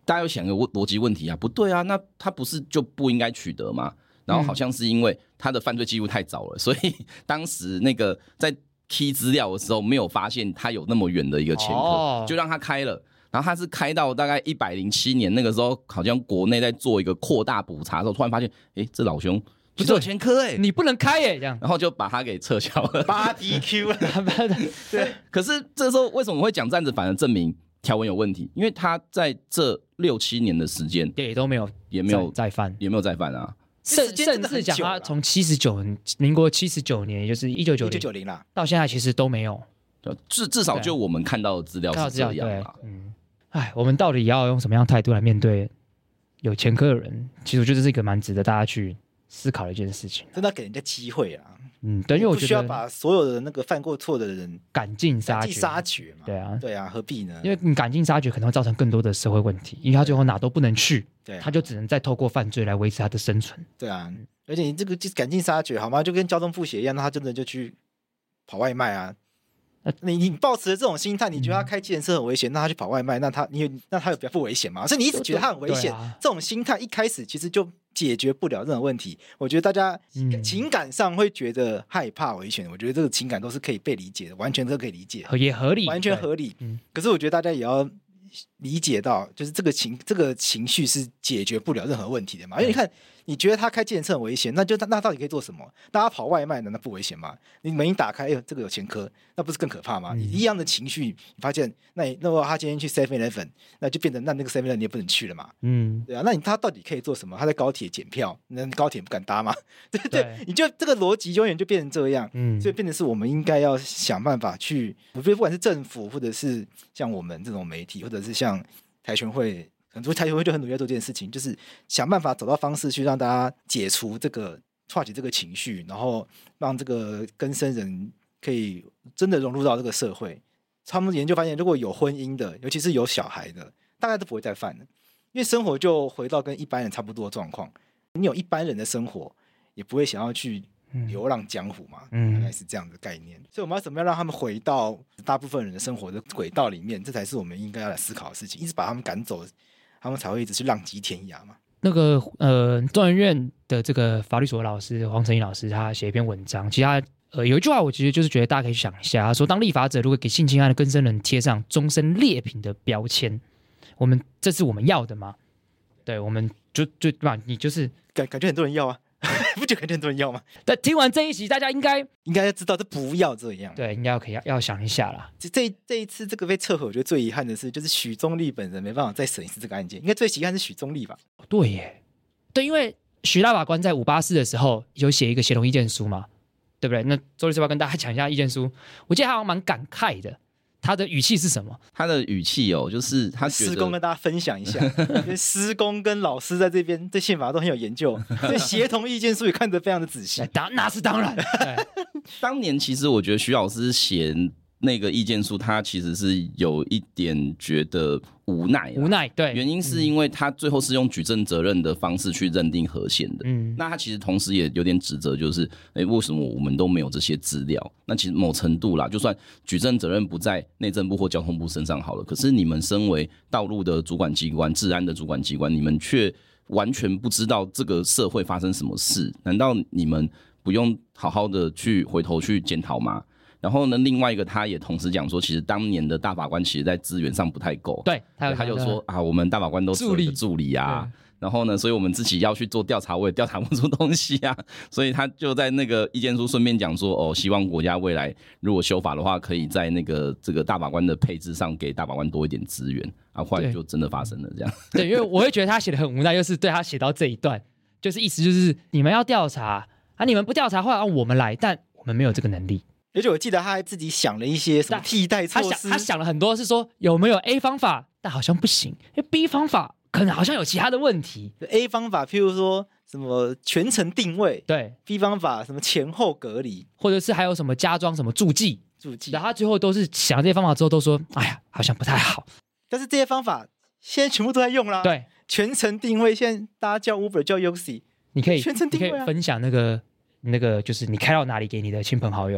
大家有想一个逻辑问题啊，不对啊，那他不是就不应该取得吗？然后好像是因为他的犯罪记录太早了，所以当时那个在 key 资料的时候没有发现他有那么远的一个前科，哦、就让他开了。然后他是开到大概一百零七年，那个时候好像国内在做一个扩大补查的时候，突然发现，哎，这老兄不是有前科哎， 你不能开哎，这样， 然后就把他给撤销了， 八 D Q 了。 对，可是这时候为什么会讲这样子，反而证明条文有问题？因为他在这六七年的时间， 也都没有， 也没有再犯， 也没有再犯啊。 甚甚至讲他从七十九民国七十九年，也就是一九九零啦，到现在其实都没有。 至至少就我们看到的资料是这样啦。 嗯，哎，我们到底要用什么样的态度来面对有前科的人？其实我觉得这是一个蛮值得大家去思考的一件事情。 真的要给人家机会啊！ 嗯，对，因为我觉得不需要把所有的那个犯过错的人赶尽杀绝， 赶尽杀绝嘛。 对啊， 对啊，何必呢？ 因为你赶尽杀绝可能会造成更多的社会问题，因为他最后哪都不能去， 对， 他就只能再透过犯罪来维持他的生存。 对啊，而且你这个赶尽杀绝好吗？就跟交通复写一样，那他真的就去跑外卖啊。你你抱持的这种心态，你觉得他开计程车很危险，嗯、那他去跑外卖，那他你那他有比较不危险吗？所以你一直觉得他很危险，啊、这种心态一开始其实就解决不了任何问题。我觉得大家情感上会觉得害怕危险，嗯、我觉得这个情感都是可以被理解的，完全都可以理解， 也合理， 完全合理。嗯、可是我觉得大家也要理解到，就是这个情这个情绪是解决不了任何问题的嘛。因为你看，你觉得他开计程车很危险，那就那到底可以做什么？大家跑外卖难道不危险吗？你门一打开，哎呦，这个有前科，那不是更可怕吗？嗯、一样的情绪，你发现，那那如果他今天去 seven eleven， 那就变成那那个 seven eleven 你也不能去了嘛。嗯，对啊，那你他到底可以做什么？他在高铁检票，那高铁不敢搭吗？对不对？对，你就这个逻辑永远就变成这样。嗯，所以变成是我们应该要想办法去，不管是政府或者是像我们这种媒体，或者是像台拳会。很多台球会就很努力做这件事情，就是想办法找到方式去让大家解除这个化解这个情绪，然后让这个更生人可以真的融入到这个社会。他们研究发现，如果有婚姻的，尤其是有小孩的，大概都不会再犯了，因为生活就回到跟一般人差不多的状况。你有一般人的生活，也不会想要去流浪江湖嘛，嗯，大概是这样的概念。所以我们要怎么样让他们回到大部分人的生活的轨道里面，这才是我们应该要来思考的事情。一直把他们赶走，他们才会一直去浪迹天涯嘛。那个呃，中研院的这个法律所的老师黄成义老师，他写一篇文章，其实他呃有一句话，我其实就是觉得大家可以想一下，他说当立法者如果给性侵案的更生人贴上终身劣品的标签，我们这是我们要的吗？对，我们就就对吧？你就是感感觉很多人要啊。不就感觉很多人要吗？ 但听完这一集，大家应该应该要知道，这不要这样。 对，应该要可以 要, 要想一下啦。 这这这一次这个被撤回，我觉得最遗憾的是，就是许宗力本人没办法再审一次这个案件。应该最遗憾是许宗力吧？ 对耶，对，因为许大法官在五八四的时候有写一个协同意见书嘛，对不对？那周律师要跟大家讲一下意见书，我记得他好像蛮感慨的。他的语气是什么？ 他的语气哦，就是他觉得施工跟大家分享一下，因为施工跟老师在这边对宪法都很有研究，对协同意见书也看得非常的仔细。 当那是当然， 当年其实我觉得徐老师写那个意见书，他其实是有一点觉得无奈， 无奈，对， 原因是因为他最后是用举证责任的方式去认定合宪的，嗯，那他其实同时也有点指责，就是，哎，为什么我们都没有这些资料？那其实某程度啦，就算举证责任不在内政部或交通部身上好了，可是你们身为道路的主管机关、治安的主管机关，你们却完全不知道这个社会发生什么事，难道你们不用好好的去回头去检讨吗？然后呢，另外一个他也同时讲说，其实当年的大法官其实在资源上不太够。 对， 他, 他就说啊，我们大法官都是有一个助理啊，然后呢，所以我们自己要去做调查，我也调查不出东西啊。所以他就在那个意见书顺便讲说，哦，希望国家未来如果修法的话，可以在那个这个大法官的配置上给大法官多一点资源啊。后来就真的发生了这样。 对，因为我会觉得他写的很无奈，就是对他写到这一段，就是意思就是你们要调查啊，你们不调查的话，让我们来，但我们没有这个能力。 而且我记得他还自己想了一些什么替代措施， 他 想, 他想了很多，是说有没有 A 方法，但好像不行，因为 B 方法可能好像有其他的问题。 A 方法譬如说什么全程定位， 对 ；B 方法什么前后隔离， 或者是还有什么加装什么助记， 助记。 然后他最后都是想了这些方法之后，都说哎呀，好像不太好。 但是这些方法现在全部都在用啦。 对， 全程定位，现在大家叫 Uber 叫 Yoxi， 你可以全程定位、啊、 你可以分享那个那个，就是你开到哪里给你的亲朋好友。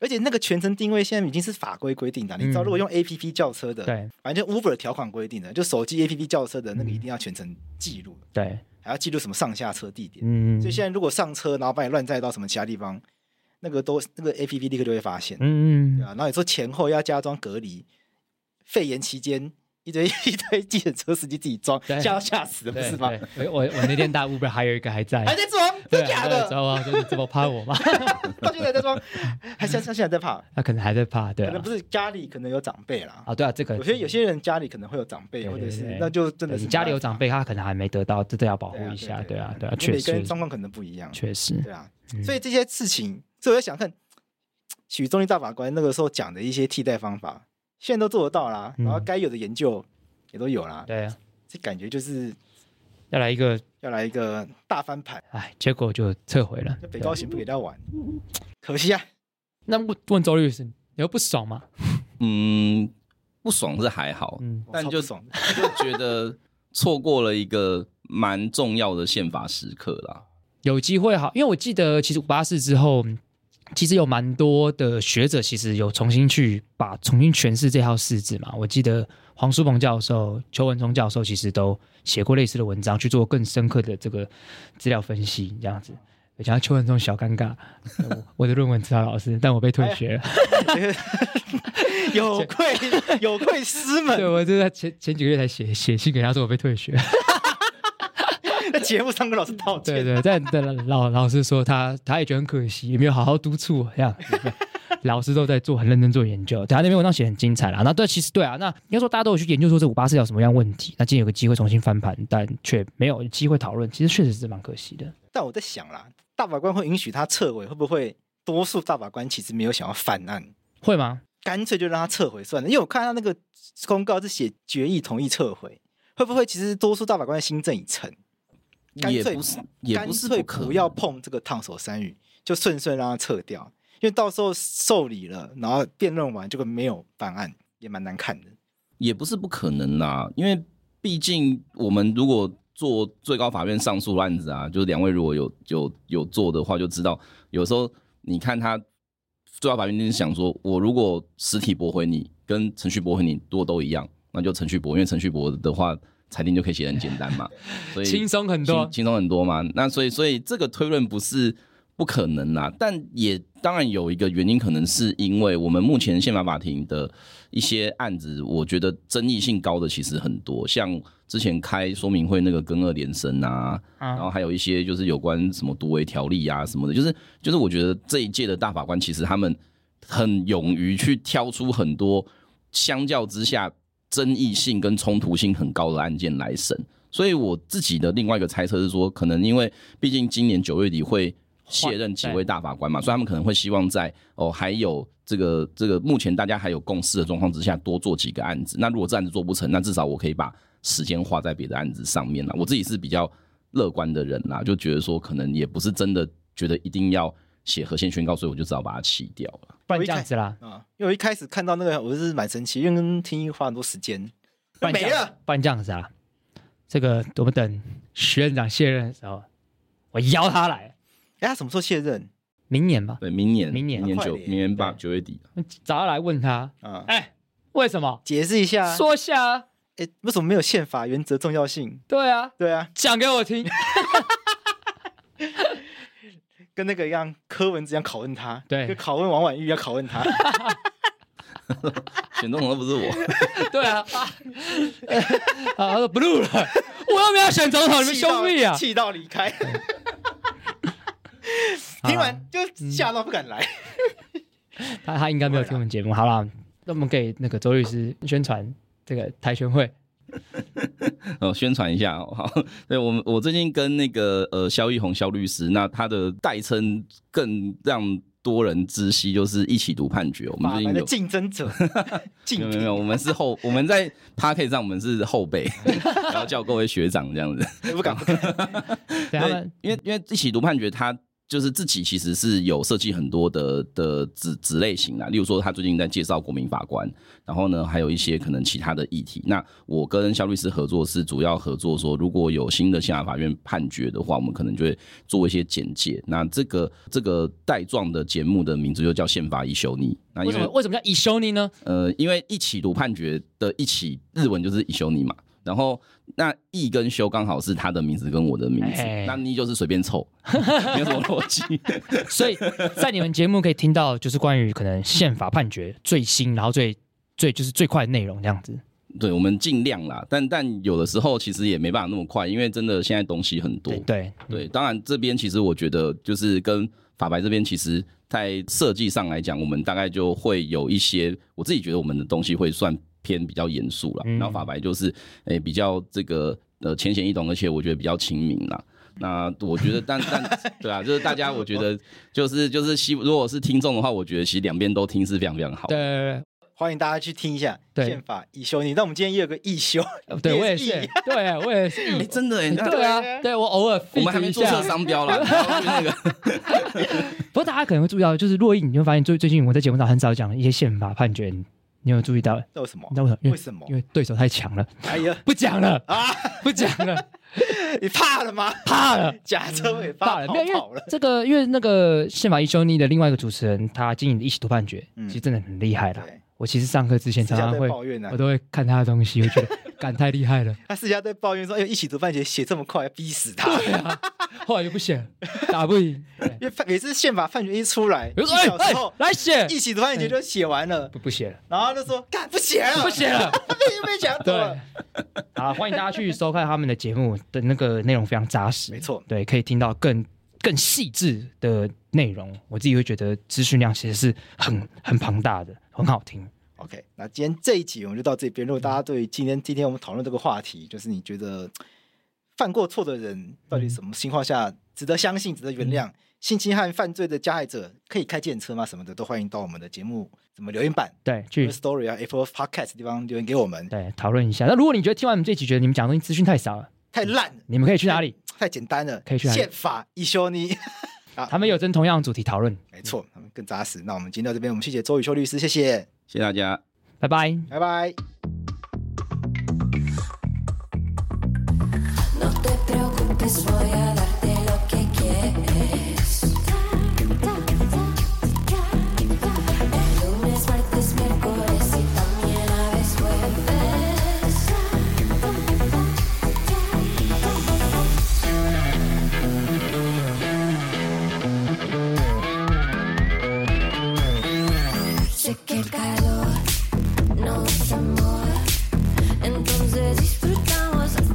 而且那个全程定位现在已经是法规规定的，你知道，如果用 A P P 叫车的，对，反正就 Uber 条款规定的，就手机 A P P 叫车的那个一定要全程记录， 对， 还要记录什么上下车地点，嗯，所以现在如果上车然后把你乱载到什么其他地方，那个都那个 A P P 立刻就会发现，嗯，对啊，然后你说前后要加装隔离，肺炎期间。一堆一堆计程车司机自己装，吓到吓死了，不是吗？ 我我那天搭 Uber 还有一个还在， 还在装，真假的？ 知道吗？就是这么怕我吗？ 到现在还在装，还相信还在怕？ 他可能还在怕，对、啊， 可能不是家里可能有长辈啦。 啊，对啊，这个有些有些人家里可能会有长辈，或者是那就真的是你家里有长辈，他可能还没得到，真的要保护一下，对啊，对啊，确实， 每个人状况可能不一样， 确实， 对啊，嗯、所以这些事情，所以我在想看许宗力大法官那个时候讲的一些替代方法，现在都做得到啦，然后该有的研究。也都有啦， 对啊， 这感觉就是要来一个要来一个大翻盘， 哎，结果就撤回了。 北高行不给他玩，可惜啊。 那问问周律师，你会不爽吗？ 嗯，不爽是还好，嗯，但就爽就觉得错过了一个蛮重要的宪法时刻啦。 有机会好，因为我记得其实五八四之后。其实有蛮多的学者，其实有重新去把重新诠释这套释字嘛。我记得黄书鹏教授、邱文忠教授其实都写过类似的文章，去做更深刻的这个资料分析，这样子。讲到邱文忠小尴尬，我的论文指导老师，但我被退学了， 哎、有愧有愧师门。 对，我就在前前几个月才写写信给他说我被退学。 在节目上跟老师道歉， 对对，但但老老师说他他也觉得很可惜，也没有好好督促这样。老师都在做很认真做研究，他那篇文章写很精彩啦。那对，其实对啊，那应该说大家都有去研究说这五八四有什么样问题。那今天有个机会重新翻盘，但却没有机会讨论，其实确实是蛮可惜的。 但我在想啦，大法官会允许他撤回，会不会多数大法官其实没有想要翻案？ 会吗？ 干脆就让他撤回算了，因为我看他那个公告是写决议同意撤回，会不会其实多数大法官的心证已成？ 也不是，也不是不可能， 不要碰这个烫手山芋，就顺顺让它撤掉，因为到时候受理了，然后辩论完就没有办案，也蛮难看的。 也不是不可能啦，因为毕竟我们如果做最高法院上诉案子啊，就是两位如果有有有做的话，就知道有时候你看他最高法院就是想说，我如果实体驳回你跟程序驳回你如果都一样，那就程序驳，因为程序驳的话。裁定就可以写得很简单嘛，所以轻松很多， 轻松很多嘛。那所以，所以这个推论不是不可能啦，但也当然有一个原因，可能是因为我们目前宪法法庭的一些案子，我觉得争议性高的其实很多，像之前开说明会那个庚二连升啊，然后还有一些就是有关什么毒危条例啊什么的，就是就是我觉得这一届的大法官其实他们很勇于去挑出很多相较之下。争议性跟冲突性很高的案件来审，所以我自己的另外一个猜测是说，可能因为毕竟今年九月底会卸任几位大法官嘛，所以他们可能会希望在哦还有这个这个目前大家还有共识的状况之下，多做几个案子。那如果这案子做不成，那至少我可以把时间花在别的案子上面啦。我自己是比较乐观的人啦，就觉得说可能也不是真的觉得一定要写合宪宣告，所以我就只好把它弃掉了。 不然这样子啦， 啊，因为我一开始看到那个，我是蛮生气，因为听音花很多时间，没了。 不然这样子啊，这个我们等徐院长卸任的时候，我邀他来。 哎，他什么时候卸任？ 明年吧。 对，明年， 明年， 明年九，明年八九月底。 找他来问他，啊，哎，为什么？ 解释一下， 说一下啊。 哎，为什么没有宪法原则重要性？ 对啊， 对啊， 讲给我听。 跟那个一样，柯文哲一样拷问他， 对， 跟拷问王婉玉一样拷问他。 选总统都不是我。 对啊，啊，他说不录了，我要不要选总统？你们兄弟啊， 气到离开。听完就吓到不敢来。 他他应该没有听我们节目。好啦，那我们给那个周律师宣传这个台宣会。 哦，宣传一下哦，好，对我们我最近跟那个呃萧奕宏萧律师，那他的代称更让多人知悉，就是一起读判决。我们最近有竞争者， 没有没有，我们是后我们在 Podcast 上我们是后辈，然后叫各位学长这样子， 不敢不敢。 对， 因为因为一起读判决它就是自己其实是有设计很多的的子子类型啦，例如说他最近在介绍国民法官，然后呢还有一些可能其他的议题。那我跟肖律师合作是主要合作说，如果有新的宪法法院判决的话，我们可能就会做一些简介。那这个这个带状的节目的名字就叫宪法一修尼。那因为为什么为什么叫一修尼呢？ 呃，因为一起读判决的一起日文就是一修尼嘛。然后那义跟修刚好是他的名字跟我的名字，欸、那你就是随便凑，没有什么逻辑。 所以在你们节目可以听到，就是关于可能宪法判决最新，然后最最就是最快的内容这样子。 对，我们尽量啦，但但有的时候其实也没办法那么快，因为真的现在东西很多。 对 对, 对，当然这边其实我觉得就是跟法白这边其实在设计上来讲，我们大概就会有一些，我自己觉得我们的东西会算偏比较严肃啦，嗯、然后法白就是诶、欸、比较这个呃浅显易懂，而且我觉得比较亲民啦。那我觉得但但对啊，就是大家我觉得就是就是希如果是听众的话，我觉得其实两边都听是非常非常好的。 对对对， 欢迎大家去听一下宪法一修你。那我们今天也有个一修， 对我也是，对我也是、 欸、真的哎、欸， 对啊，对我偶尔我们还没注册商标啦，然后那个不过大家可能会注意到，就是洛伊，你会发现最最近我在节目上很少讲一些宪法判决。你有注意到？ 为什么？ 你知道为什么？ 为什么？ 因为对手太强了。 哎呀， 不讲了啊， 不讲了。 你怕了吗？ 怕了， 假车尾巴跑跑了。 这个，因为那个宪法一修尼的另外一个主持人，他经营的一起读判决，嗯、其实真的很厉害啦。我其实上课之前常常会， 啊、 我都会看他的东西，我觉得干太厉害了。 他私下在抱怨说：“哎、欸，一起读判决写这么快，逼死他。” 对啊，后来就不写了，打不赢。 因为每次宪法判决一出来，一小时后、 欸欸、来写， 一起读判决就写完了， 不不写了。 然后他就说：“干不写了， 不写了， 被被抢走了。” 好，欢迎大家去收看他们的节目的那个内容非常扎实， 没错， 对，可以听到更更细致的内容。我自己会觉得资讯量其实是很很庞大的，很好听。 OK， 那今天这一集我们就到这边。如果大家对今天今天我们讨论这个话题，就是你觉得犯过错的人到底什么情况下值得相信、值得原谅？嗯、性侵害犯罪的加害者可以开计程车吗？什么的都欢迎到我们的节目什么留言板， 对，去 Story 啊 Apple Podcast 地方留言给我们， 对，讨论一下。那如果你觉得听完我们这集觉得你们讲的东西资讯太少了、 太烂了， 你们可以去哪里？ 太, 太简单了， 可以去哪里？ 宪法一修尼。 他们有针同样的主题讨论， 没错，他们更扎实。那我们今天到这边，我们谢谢周宇修律师，谢谢， 谢谢大家， 拜拜， 拜拜。 Sé que el calor no es amor, entonces disfrutamos hasta